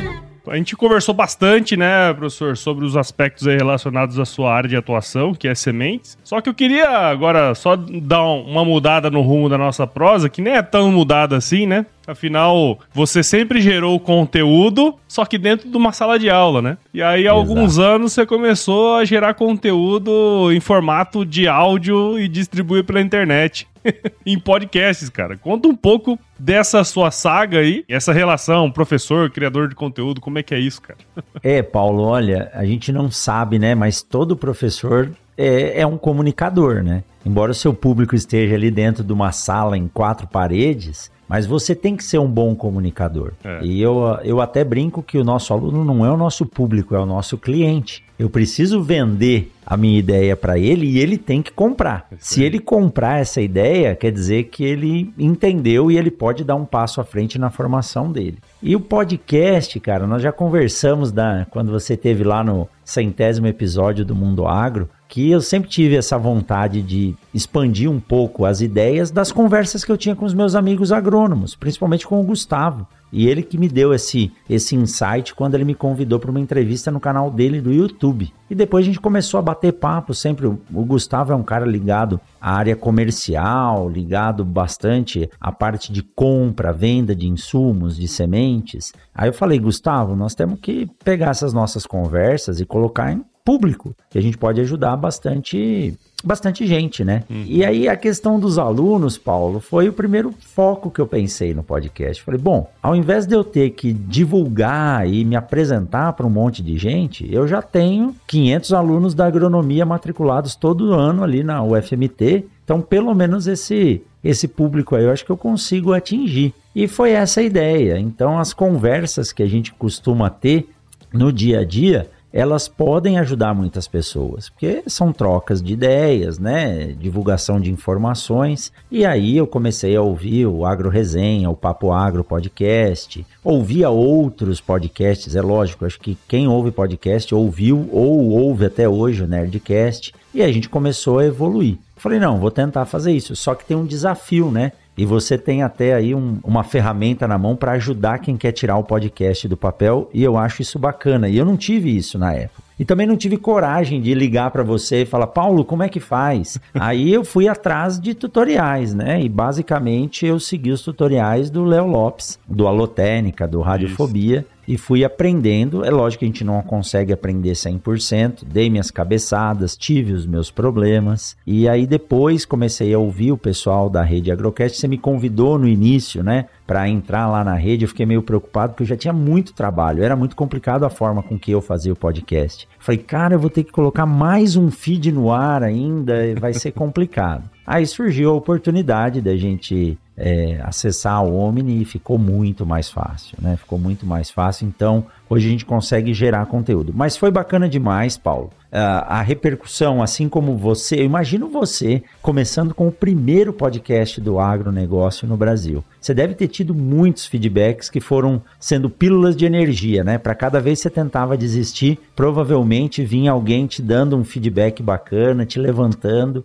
A gente conversou bastante, né, professor, sobre os aspectos aí relacionados à sua área de atuação, que é sementes. Só que eu queria agora só dar uma mudada no rumo da nossa prosa, que nem é tão mudada assim, né? Afinal, você sempre gerou conteúdo, só que dentro de uma sala de aula, né? E aí, há alguns Exato. anos, você começou a gerar conteúdo em formato de áudio e distribuir pela internet. Em podcasts, cara. Conta um pouco dessa sua saga aí, essa relação professor, criador de conteúdo, como é que é isso, cara? É, Paulo, olha, a gente não sabe, né, mas todo professor é, é um comunicador, né? Embora o seu público esteja ali dentro de uma sala em quatro paredes, mas você tem que ser um bom comunicador. É. E eu, eu até brinco que o nosso aluno não é o nosso público, é o nosso cliente. Eu preciso vender a minha ideia para ele e ele tem que comprar. Se ele comprar essa ideia, quer dizer que ele entendeu e ele pode dar um passo à frente na formação dele. E o podcast, cara, nós já conversamos da, quando você esteve lá no centésimo episódio do Mundo Agro, que eu sempre tive essa vontade de expandir um pouco as ideias das conversas que eu tinha com os meus amigos agrônomos, principalmente com o Gustavo. E ele que me deu esse, esse insight quando ele me convidou para uma entrevista no canal dele do YouTube. E depois a gente começou a bater papo, sempre o, o Gustavo é um cara ligado à área comercial, ligado bastante à parte de compra, venda de insumos, de sementes. Aí eu falei, Gustavo, nós temos que pegar essas nossas conversas e colocar em público, que a gente pode ajudar bastante, bastante gente, né? Uhum. E aí a questão dos alunos, Paulo, foi o primeiro foco que eu pensei no podcast. Falei, bom, ao invés de eu ter que divulgar e me apresentar para um monte de gente, eu já tenho quinhentos alunos da agronomia matriculados todo ano ali na U F M T, então pelo menos esse, esse público aí eu acho que eu consigo atingir. E foi essa a ideia. Então as conversas que a gente costuma ter no dia a dia, elas podem ajudar muitas pessoas, porque são trocas de ideias, né? Divulgação de informações. E aí eu comecei a ouvir o Agro Resenha, o Papo Agro Podcast, ouvia outros podcasts, é lógico, acho que quem ouve podcast ouviu ou ouve até hoje o Nerdcast, e aí a gente começou a evoluir. Eu falei, não, vou tentar fazer isso, só que tem um desafio, né? E você tem até aí um, uma ferramenta na mão para ajudar quem quer tirar o podcast do papel, e eu acho isso bacana. E eu não tive isso na época. E também não tive coragem de ligar para você e falar, Paulo, como é que faz? Aí eu fui atrás de tutoriais, né? E basicamente eu segui os tutoriais do Léo Lopes, do Alotênica, do Radiofobia. Isso. E fui aprendendo, é lógico que a gente não consegue aprender cem por cento, dei minhas cabeçadas, tive os meus problemas, e aí depois comecei a ouvir o pessoal da Rede Agrocast. Você me convidou no início, né, para entrar lá na rede, eu fiquei meio preocupado porque eu já tinha muito trabalho, era muito complicado a forma com que eu fazia o podcast. Falei, cara, eu vou ter que colocar mais um feed no ar ainda, vai ser complicado. Aí surgiu a oportunidade da gente é, acessar o Omni e ficou muito mais fácil, né? Ficou muito mais fácil, então hoje a gente consegue gerar conteúdo. Mas foi bacana demais, Paulo. Uh, a repercussão, assim como você, eu imagino você começando com o primeiro podcast do agronegócio no Brasil. Você deve ter tido muitos feedbacks que foram sendo pílulas de energia, né? Para cada vez que você tentava desistir, provavelmente vinha alguém te dando um feedback bacana, te levantando,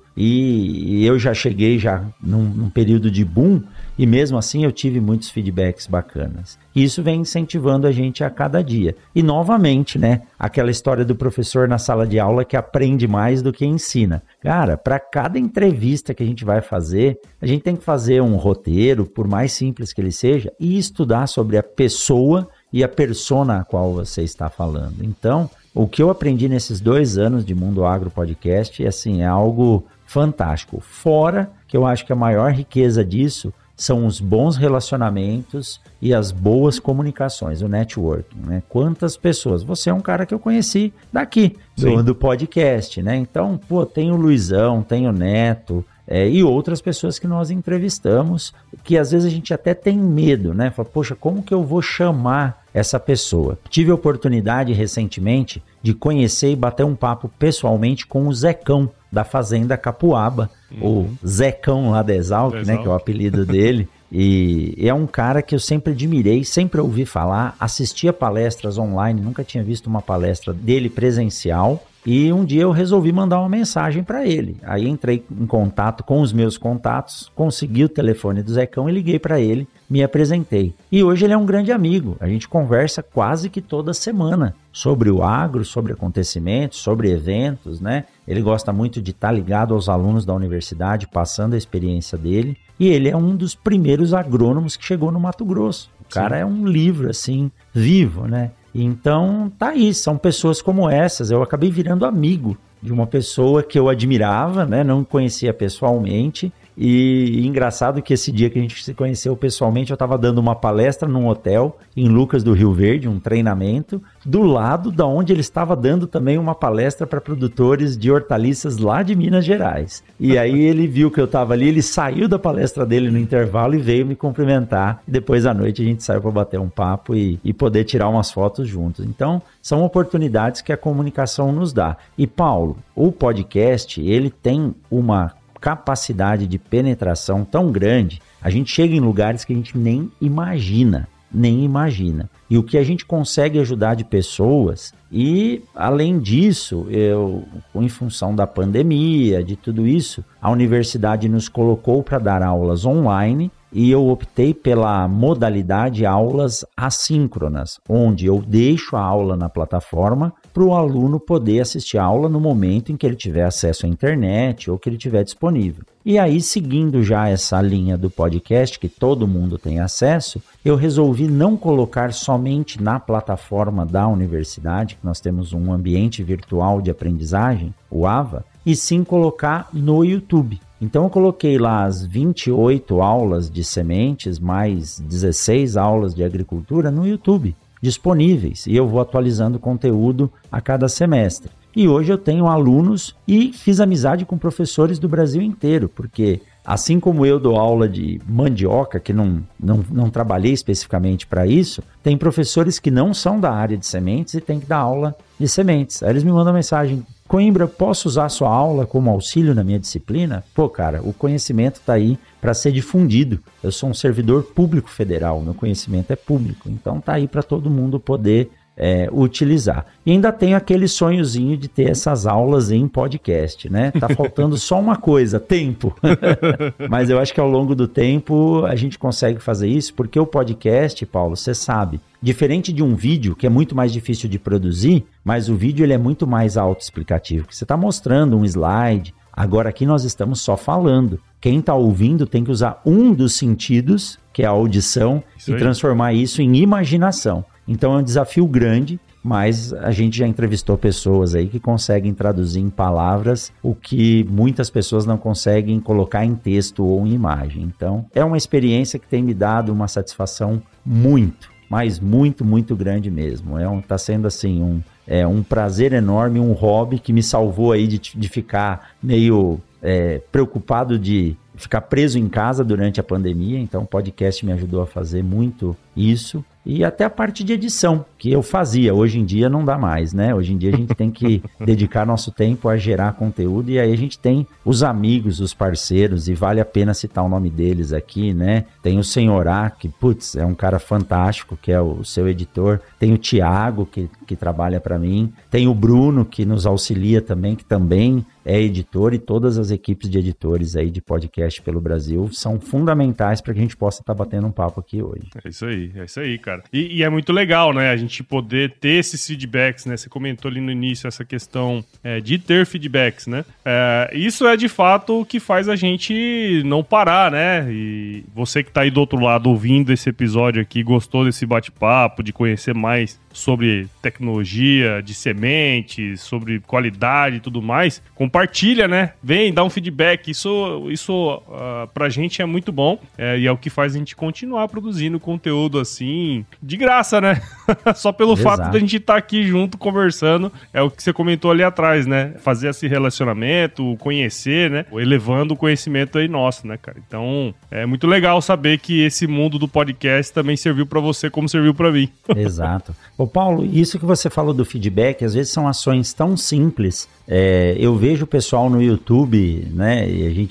e, e eu já cheguei já num, num período de boom, e mesmo assim eu tive muitos feedbacks bacanas. E isso vem incentivando a gente a cada dia. E novamente, né, aquela história do professor na sala de aula que aprende mais do que ensina. Cara, para cada entrevista que a gente vai fazer, a gente tem que fazer um roteiro, por mais simples que ele seja, e estudar sobre a pessoa e a persona a qual você está falando. Então, o que eu aprendi nesses dois anos de Mundo Agro Podcast, assim, é algo fantástico. Fora que eu acho que a maior riqueza disso são os bons relacionamentos e as boas comunicações, o networking, né? Quantas pessoas? Você é um cara que eu conheci daqui, do, do podcast, né? Então, pô, tem o Luizão, tem o Neto, é, e outras pessoas que nós entrevistamos, que às vezes a gente até tem medo, né? Fala, poxa, como que eu vou chamar essa pessoa? Tive a oportunidade recentemente de conhecer e bater um papo pessoalmente com o Zecão, da Fazenda Capuaba, uhum. o Zecão lá da Exalc, né, que é o apelido dele, e é um cara que eu sempre admirei, sempre ouvi falar, assistia palestras online, nunca tinha visto uma palestra dele presencial, E um dia eu resolvi mandar uma mensagem para ele. Aí entrei em contato com os meus contatos, consegui o telefone do Zecão e liguei para ele, me apresentei. E hoje ele é um grande amigo. A gente conversa quase que toda semana sobre o agro, sobre acontecimentos, sobre eventos, né? Ele gosta muito de estar ligado aos alunos da universidade, passando a experiência dele. E ele é um dos primeiros agrônomos que chegou no Mato Grosso. O cara é um livro, assim, vivo, né? Então, tá aí, são pessoas como essas. Eu acabei virando amigo de uma pessoa que eu admirava, né? Não conhecia pessoalmente. E, e engraçado que esse dia que a gente se conheceu pessoalmente, eu estava dando uma palestra num hotel em Lucas do Rio Verde, um treinamento, do lado da onde ele estava dando também uma palestra para produtores de hortaliças lá de Minas Gerais. E aí ele viu que eu estava ali, ele saiu da palestra dele no intervalo e veio me cumprimentar. E depois à noite a gente saiu para bater um papo e, e poder tirar umas fotos juntos. Então, são oportunidades que a comunicação nos dá. E Paulo, o podcast, ele tem uma capacidade de penetração tão grande, a gente chega em lugares que a gente nem imagina, nem imagina. E o que a gente consegue ajudar de pessoas, e além disso, eu, em função da pandemia, de tudo isso, a universidade nos colocou para dar aulas online, e eu optei pela modalidade aulas assíncronas, onde eu deixo a aula na plataforma para o aluno poder assistir a aula no momento em que ele tiver acesso à internet ou que ele tiver disponível. E aí, seguindo já essa linha do podcast, que todo mundo tem acesso, eu resolvi não colocar somente na plataforma da universidade, que nós temos um ambiente virtual de aprendizagem, o A V A, e sim colocar no YouTube. Então eu coloquei lá as vinte e oito aulas de sementes, mais dezesseis aulas de agricultura no YouTube, disponíveis. E eu vou atualizando o conteúdo a cada semestre. E hoje eu tenho alunos e fiz amizade com professores do Brasil inteiro, porque assim como eu dou aula de mandioca, que não, não, não trabalhei especificamente para isso, tem professores que não são da área de sementes e tem que dar aula de sementes. Aí eles me mandam mensagem: Coimbra, posso usar sua aula como auxílio na minha disciplina? Pô, cara, o conhecimento está aí para ser difundido. Eu sou um servidor público federal, meu conhecimento é público, então tá aí para todo mundo poder É, utilizar. E ainda tenho aquele sonhozinho de ter essas aulas em podcast, né? Tá faltando só uma coisa, tempo. Mas eu acho que ao longo do tempo a gente consegue fazer isso, porque o podcast, Paulo, você sabe, diferente de um vídeo, que é muito mais difícil de produzir, mas o vídeo ele é muito mais autoexplicativo, que você tá mostrando um slide. Agora aqui nós estamos só falando. Quem está ouvindo tem que usar um dos sentidos, que é a audição, isso e aí transformar isso em imaginação. Então é um desafio grande, mas a gente já entrevistou pessoas aí que conseguem traduzir em palavras o que muitas pessoas não conseguem colocar em texto ou em imagem. Então é uma experiência que tem me dado uma satisfação muito, mas muito, muito grande mesmo. É um, tá sendo assim um, é um prazer enorme, um hobby que me salvou aí de, de ficar meio é, preocupado de ficar preso em casa durante a pandemia. Então o podcast me ajudou a fazer muito isso. E até a parte de edição, que eu fazia, hoje em dia não dá mais, né? Hoje em dia a gente tem que dedicar nosso tempo a gerar conteúdo, e aí a gente tem os amigos, os parceiros, e vale a pena citar o nome deles aqui, né? Tem o Senhorá, que, putz, é um cara fantástico, que é o seu editor. Tem o Tiago, que, que trabalha para mim. Tem o Bruno, que nos auxilia também, que também é editor, e todas as equipes de editores aí de podcast pelo Brasil são fundamentais para que a gente possa estar tá batendo um papo aqui hoje. É isso aí, é isso aí, cara. E, e é muito legal, né, a gente poder ter esses feedbacks, né? Você comentou ali no início essa questão é, de ter feedbacks, né? É, isso é de fato o que faz a gente não parar, né? E você que tá aí do outro lado ouvindo esse episódio aqui, gostou desse bate-papo, de conhecer mais sobre tecnologia, de sementes, sobre qualidade e tudo mais, compartilha, né? Vem, dá um feedback. Isso, isso uh, pra gente é muito bom, é, e é o que faz a gente continuar produzindo conteúdo assim, de graça, né? Só pelo Exato. Fato da gente estar tá aqui junto, conversando, é o que você comentou ali atrás, né? Fazer esse relacionamento, conhecer, né? Elevando o conhecimento aí nosso, né, cara? Então, é muito legal saber que esse mundo do podcast também serviu pra você como serviu pra mim. Exato. Ô Paulo, isso que você falou do feedback, às vezes são ações tão simples. É, eu vejo o pessoal no YouTube, né, e a gente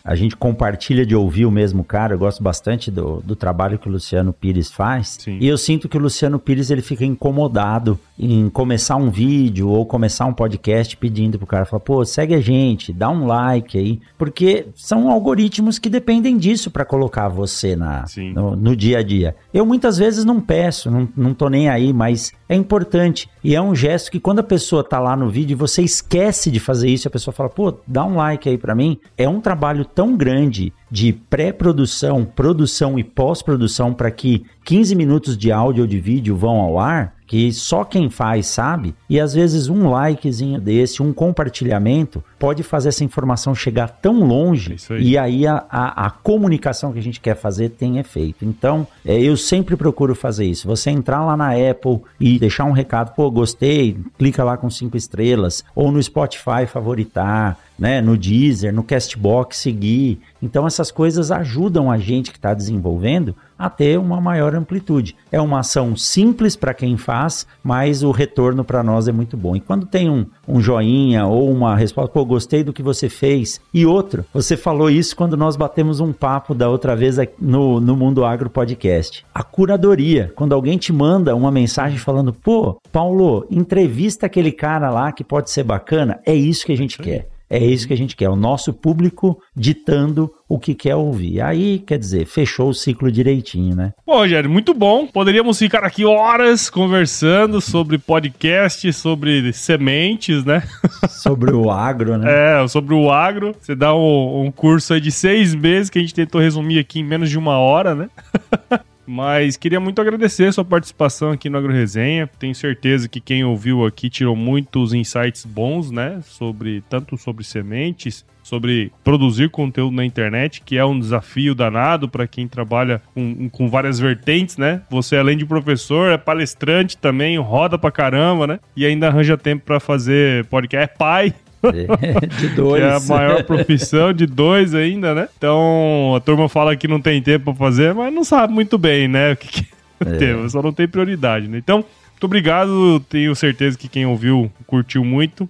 a gente compartilha de ouvir o mesmo cara, eu gosto bastante do, do trabalho que o Luciano Pires faz, Sim. E eu sinto que o Luciano Pires ele fica incomodado em começar um vídeo ou começar um podcast pedindo pro cara, falar, pô, segue a gente, dá um like aí, porque são algoritmos que dependem disso para colocar você na, no, no dia a dia. Eu muitas vezes não peço, não, não tô nem aí, mas é importante e é um gesto que quando a pessoa tá lá no vídeo e você esquece de fazer isso, a pessoa fala, pô, dá um like aí pra mim, é um trabalho tão grande de pré-produção, produção e pós-produção para que quinze minutos de áudio ou de vídeo vão ao ar, que só quem faz sabe, e às vezes um likezinho desse, um compartilhamento, pode fazer essa informação chegar tão longe, aí. E aí a, a, a comunicação que a gente quer fazer tem efeito. Então, é, eu sempre procuro fazer isso. Você entrar lá na Apple e deixar um recado, pô, gostei, clica lá com cinco estrelas, ou no Spotify favoritar, né, no Deezer, no Castbox seguir. Então essas coisas ajudam a gente que está desenvolvendo a ter uma maior amplitude. É uma ação simples para quem faz, mas o retorno para nós é muito bom. E quando tem um, um joinha ou uma resposta, pô, gostei do que você fez. E outro, você falou isso quando nós batemos um papo da outra vez no, no Mundo Agro Podcast. A curadoria, quando alguém te manda uma mensagem falando, pô, Paulo, entrevista aquele cara lá que pode ser bacana, é isso que a gente quer. É isso que a gente quer, o nosso público ditando o que quer ouvir. Aí, quer dizer, fechou o ciclo direitinho, né? Bom, Rogério, muito bom. Poderíamos ficar aqui horas conversando sobre podcast, sobre sementes, né? Sobre o agro, né? É, sobre o agro. Você dá um, um curso aí de seis meses que a gente tentou resumir aqui em menos de uma hora, né? Mas queria muito agradecer a sua participação aqui no Agro Resenha. Tenho certeza que quem ouviu aqui tirou muitos insights bons, né? Sobre, tanto sobre sementes, sobre produzir conteúdo na internet, que é um desafio danado para quem trabalha com, com várias vertentes, né? Você, além de professor, é palestrante também, roda pra caramba, né? E ainda arranja tempo para fazer podcast. É pai. De dois. Que é a maior profissão, de dois ainda, né? Então, a turma fala que não tem tempo pra fazer, mas não sabe muito bem, né? O que, que é. tem, só não tem prioridade, né? Então, muito obrigado. Tenho certeza que quem ouviu curtiu muito.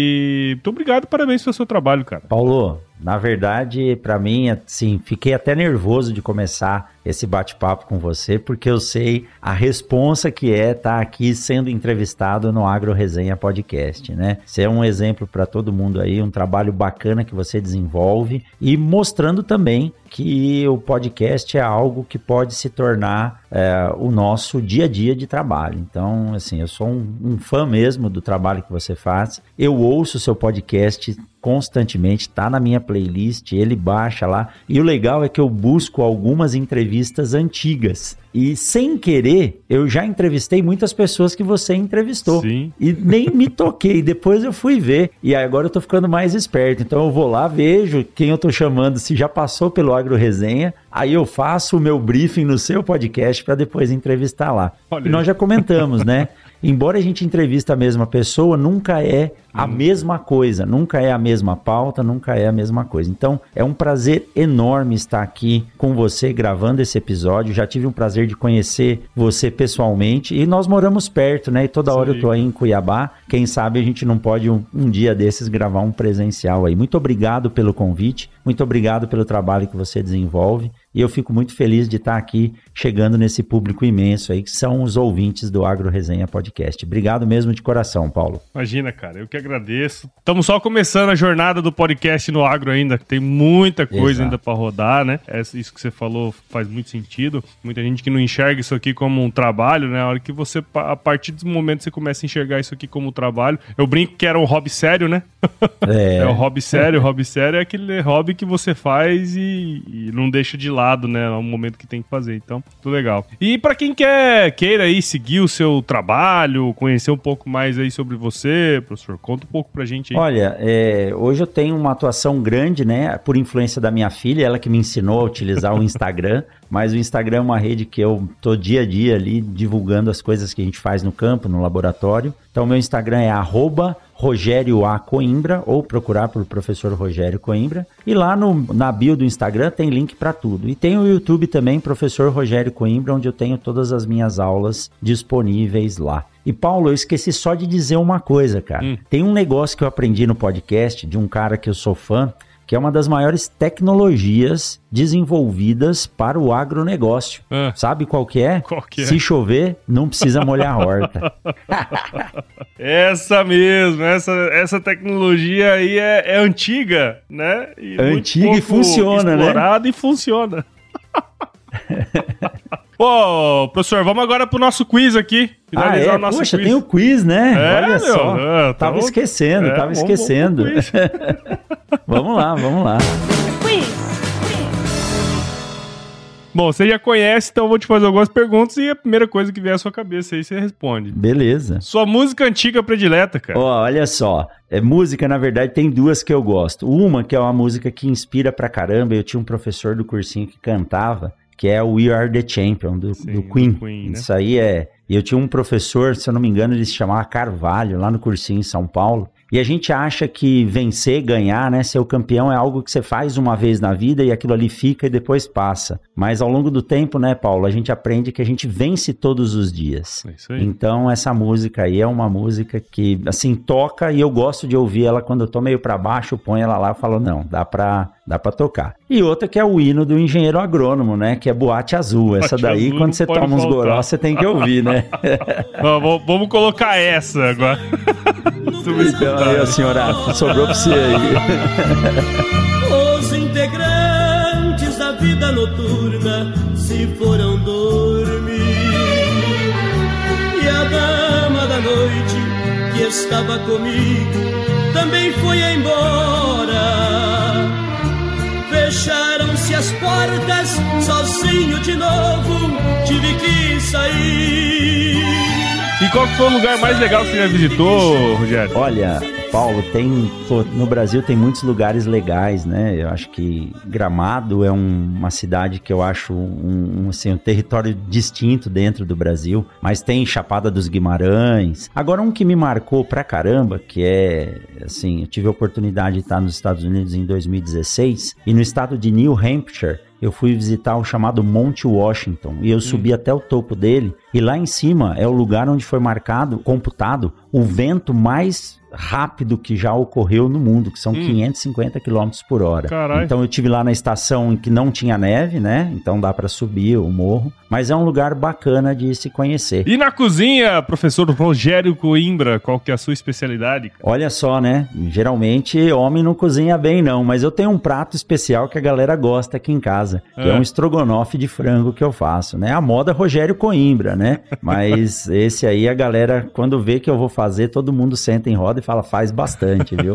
E muito obrigado, parabéns pelo seu trabalho, cara. Paulo, na verdade, pra mim, assim, fiquei até nervoso de começar esse bate-papo com você, porque eu sei a responsa que é estar aqui sendo entrevistado no Agro Resenha Podcast, né? Você é um exemplo para todo mundo aí, um trabalho bacana que você desenvolve e mostrando também que o podcast é algo que pode se tornar é, o nosso dia a dia de trabalho. Então, assim, eu sou um, um fã mesmo do trabalho que você faz. Eu ouço o seu podcast constantemente, tá na minha playlist, ele baixa lá. E o legal é que eu busco algumas entrevistas antigas. E sem querer, eu já entrevistei muitas pessoas que você entrevistou. Sim. E nem me toquei. Depois eu fui ver. E agora eu tô ficando mais esperto. Então eu vou lá, vejo quem eu tô chamando, se já passou pelo Agro Resenha. Aí eu faço o meu briefing no seu podcast para depois entrevistar lá. Olha. E nós já comentamos, né? Embora a gente entrevista a mesma pessoa, nunca é a hum. mesma coisa, nunca é a mesma pauta, nunca é a mesma coisa. Então, é um prazer enorme estar aqui com você gravando esse episódio. Já tive um prazer de conhecer você pessoalmente e nós moramos perto, né? E toda hora Sim. eu tô aí em Cuiabá. Quem sabe a gente não pode um, um dia desses gravar um presencial aí. Muito obrigado pelo convite, muito obrigado pelo trabalho que você desenvolve. E eu fico muito feliz de estar aqui chegando nesse público imenso aí, que são os ouvintes do Agro Resenha Podcast. Obrigado mesmo de coração, Paulo. Imagina, cara, eu que agradeço. Estamos só começando a jornada do podcast no agro ainda, tem muita coisa Exato. Ainda para rodar, né? É isso que você falou faz muito sentido. Muita gente que não enxerga isso aqui como um trabalho, né? A hora que você, a partir do momento que você começa a enxergar isso aqui como um trabalho, eu brinco que era um hobby sério, né? É, é um hobby sério, o hobby sério é aquele hobby que você faz e, e não deixa de lado, né? É um momento que tem que fazer, então, tudo legal. E para quem quer, queira aí seguir o seu trabalho, conhecer um pouco mais aí sobre você, professor, conta um pouco pra gente aí. Olha, é, hoje eu tenho uma atuação grande, né? Por influência da minha filha, ela que me ensinou a utilizar o Instagram, mas o Instagram é uma rede que eu tô dia a dia ali divulgando as coisas que a gente faz no campo, no laboratório. Então, meu Instagram é arroba Rogério A. Coimbra, ou procurar por professor Rogério Coimbra. E lá no, na bio do Instagram tem link para tudo. E tem o YouTube também, professor Rogério Coimbra, onde eu tenho todas as minhas aulas disponíveis lá. E Paulo, eu esqueci só de dizer uma coisa, cara. Hum. Tem um negócio que eu aprendi no podcast de um cara que eu sou fã, que é uma das maiores tecnologias desenvolvidas para o agronegócio. Ah. Sabe qual que é? Qual que é? Se chover, não precisa molhar a horta. Essa mesmo, essa, essa tecnologia aí é, é antiga, né? E antiga e funciona, né? Explorada e funciona. Ô, professor, vamos agora pro nosso quiz aqui. Finalizar ah, é? o nosso Poxa, quiz. Tem o quiz, né? É, Olha meu, só. É, tava tá esquecendo, é, tava vamos, esquecendo. Vamos, vamos lá, vamos lá. Quiz. Bom, você já conhece, então eu vou te fazer algumas perguntas e a primeira coisa que vier à sua cabeça aí você responde. Beleza. Sua música antiga predileta, cara. Ó, oh, olha só. É, música, na verdade, tem duas que eu gosto. Uma que é uma música que inspira pra caramba. Eu tinha um professor do cursinho que cantava, que é o We Are The Champion, do, Sim, do Queen. Do Queen, né? Isso aí é... E eu tinha um professor, se eu não me engano, ele se chamava Carvalho, lá no cursinho em São Paulo. E a gente acha que vencer, ganhar, né, ser o campeão é algo que você faz uma vez na vida e aquilo ali fica e depois passa. Mas ao longo do tempo, né, Paulo, a gente aprende que a gente vence todos os dias. É isso aí. Então essa música aí é uma música que, assim, toca e eu gosto de ouvir ela quando eu tô meio pra baixo, eu ponho ela lá e falo, não, dá pra, dá pra tocar. E outra que é o hino do engenheiro agrônomo, né, que é Boate Azul. Essa Boate daí, Azul, quando você toma uns goró, você tem que ouvir, né? Vamos, vamos colocar essa agora. Então aí, senhora, sobrou pra você aí. Os integrantes da vida noturna se foram dormir e a dama da noite que estava comigo também foi embora. Fecharam-se as portas, sozinho de novo tive que sair. E qual foi o lugar mais legal que você já visitou, Rogério? Olha, Paulo, tem, pô, no Brasil tem muitos lugares legais, né? Eu acho que Gramado é um, uma cidade que eu acho um, um, assim, um território distinto dentro do Brasil, mas tem Chapada dos Guimarães. Agora, um que me marcou pra caramba, que é, assim, eu tive a oportunidade de estar nos Estados Unidos em dois mil e dezesseis, e no estado de New Hampshire, eu fui visitar o chamado Monte Washington e eu subi hum. até o topo dele e lá em cima é o lugar onde foi marcado, computado, o vento mais rápido que já ocorreu no mundo, que são hum. quinhentos e cinquenta quilômetros por hora. Carai. Então eu tive lá na estação em que não tinha neve, né? Então dá pra subir o morro, mas é um lugar bacana de se conhecer. E na cozinha, professor Rogério Coimbra, qual que é a sua especialidade? Olha só, né? Geralmente homem não cozinha bem não, mas eu tenho um prato especial que a galera gosta aqui em casa, que é, é um estrogonofe de frango que eu faço, né? A moda Rogério Coimbra, né? Mas esse aí a galera, quando vê que eu vou fazer, todo mundo senta em roda e fala, faz bastante, viu?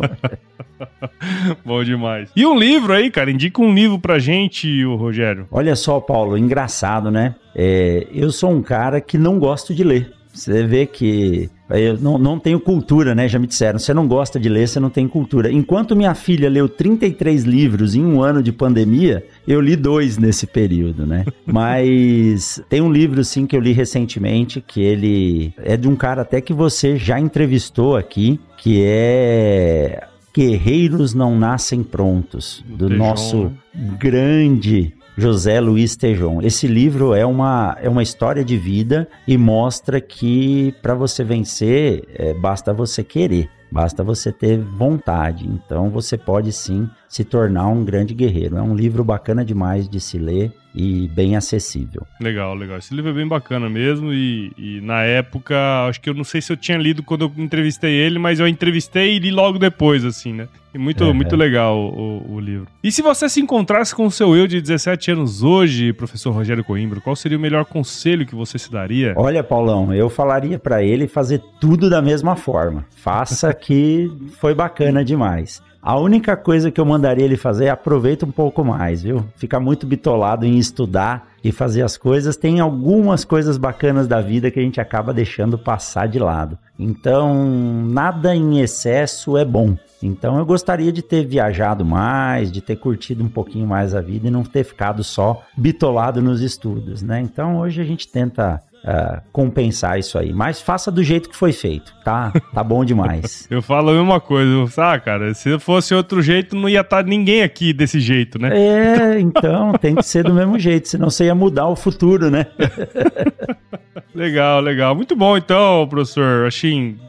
Bom demais. E um livro aí, cara? Indica um livro pra gente, o Rogério. Olha só, Paulo, engraçado, né? É, eu sou um cara que não gosto de ler. Você vê que eu não, não tenho cultura, né? Já me disseram, você não gosta de ler, você não tem cultura. Enquanto minha filha leu trinta e três livros em um ano de pandemia, eu li dois nesse período, né? Mas tem um livro, sim, que eu li recentemente, que ele é de um cara até que você já entrevistou aqui, que é Guerreiros Não Nascem Prontos, do Tejon, nosso grande José Luiz Tejon. Esse livro é uma, é uma história de vida e mostra que para você vencer, é, basta você querer, basta você ter vontade. Então você pode sim se tornar um grande guerreiro. É um livro bacana demais de se ler e bem acessível. Legal, legal. Esse livro é bem bacana mesmo e, e na época, acho que eu não sei se eu tinha lido quando eu entrevistei ele, mas eu entrevistei e li logo depois, assim, né? E muito, é, muito legal o, o, o livro. E se você se encontrasse com o seu eu de dezessete anos hoje, professor Rogério Coimbra, qual seria o melhor conselho que você se daria? Olha, Paulão, eu falaria pra ele fazer tudo da mesma forma. Faça que foi bacana demais. A única coisa que eu mandaria ele fazer é aproveita um pouco mais, viu? Ficar muito bitolado em estudar e fazer as coisas. Tem algumas coisas bacanas da vida que a gente acaba deixando passar de lado. Então, nada em excesso é bom. Então, eu gostaria de ter viajado mais, de ter curtido um pouquinho mais a vida e não ter ficado só bitolado nos estudos, né? Então, hoje a gente tenta Uh, compensar isso aí, mas faça do jeito que foi feito, tá? Tá bom demais. Eu falo a mesma coisa, ah, cara, se fosse outro jeito não ia estar ninguém aqui desse jeito, né? É, então tem que ser do mesmo jeito, senão você ia mudar o futuro, né? Legal, legal, muito bom então, professor, assim,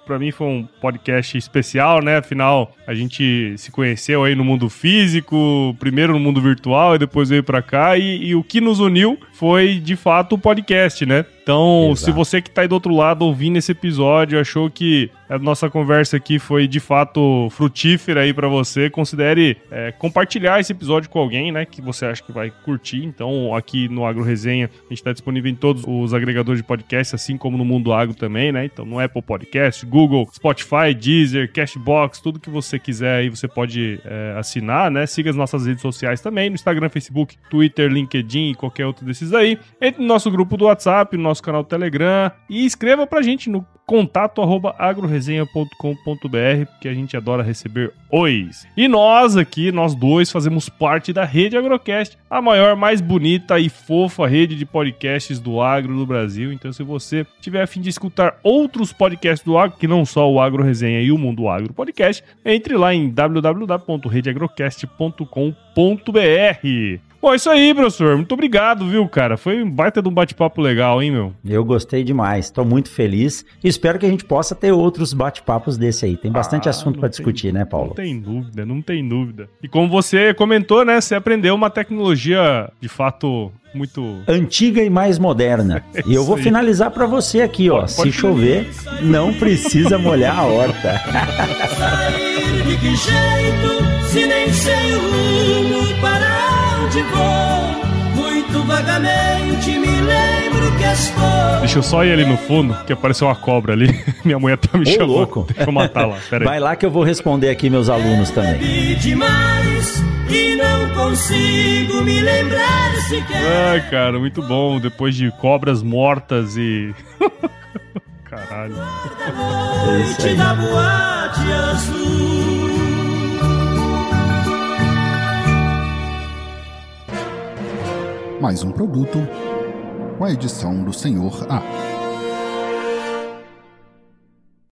pra mim foi um podcast especial, né? Afinal, a gente se conheceu aí no mundo físico, primeiro no mundo virtual e depois veio pra cá. E, e o que nos uniu foi, de fato, o podcast, né? Então, Exato. Se você que tá aí do outro lado ouvindo esse episódio, achou que a nossa conversa aqui foi, de fato, frutífera aí pra você, considere é, compartilhar esse episódio com alguém, né, que você acha que vai curtir. Então, aqui no Agro Resenha, a gente tá disponível em todos os agregadores de podcast, assim como no Mundo Agro também, né? Então, no Apple Podcast, Google, Spotify, Deezer, Cashbox, tudo que você quiser aí, você pode é, assinar, né? Siga as nossas redes sociais também, no Instagram, Facebook, Twitter, LinkedIn e qualquer outro desses aí. Entre no nosso grupo do WhatsApp, no nosso canal do Telegram e escreva pra gente no contato arroba agroresenha ponto com ponto br, porque a gente adora receber ois. E nós aqui, nós dois, fazemos parte da Rede Agrocast, a maior, mais bonita e fofa rede de podcasts do agro do Brasil. Então, se você tiver a fim de escutar outros podcasts do agro, que não só o Agro Resenha e o Mundo Agro Podcast, entre lá em w w w ponto rede agrocast ponto com ponto br. Bom, é isso aí, professor. Muito obrigado, viu, cara? Foi um baita de um bate-papo legal, hein, meu? Eu gostei demais. Tô muito feliz. E espero que a gente possa ter outros bate-papos desse aí. Tem bastante ah, assunto pra discutir, né, Paulo? Não tem dúvida, não tem dúvida. E como você comentou, né, você aprendeu uma tecnologia, de fato, muito... antiga e mais moderna. É e eu vou aí. finalizar pra você aqui, ó. Pode, Se pode chover, não precisa molhar a horta. Sair de que jeito, se nem sei o rumo para onde vou, muito vagamente me lembro que estou. Deixa eu só ir ali no fundo, que apareceu uma cobra ali. Minha mulher tá me Ô, chamando. Louco. Deixa eu matar lá, pera aí. Vai lá que eu vou responder aqui meus alunos também. Bebi demais e não consigo me lembrar sequer. Ai, cara, muito bom. Depois de cobras mortas e... Caralho. É isso aí. Da boate azul. Mais um produto com a edição do senhor A.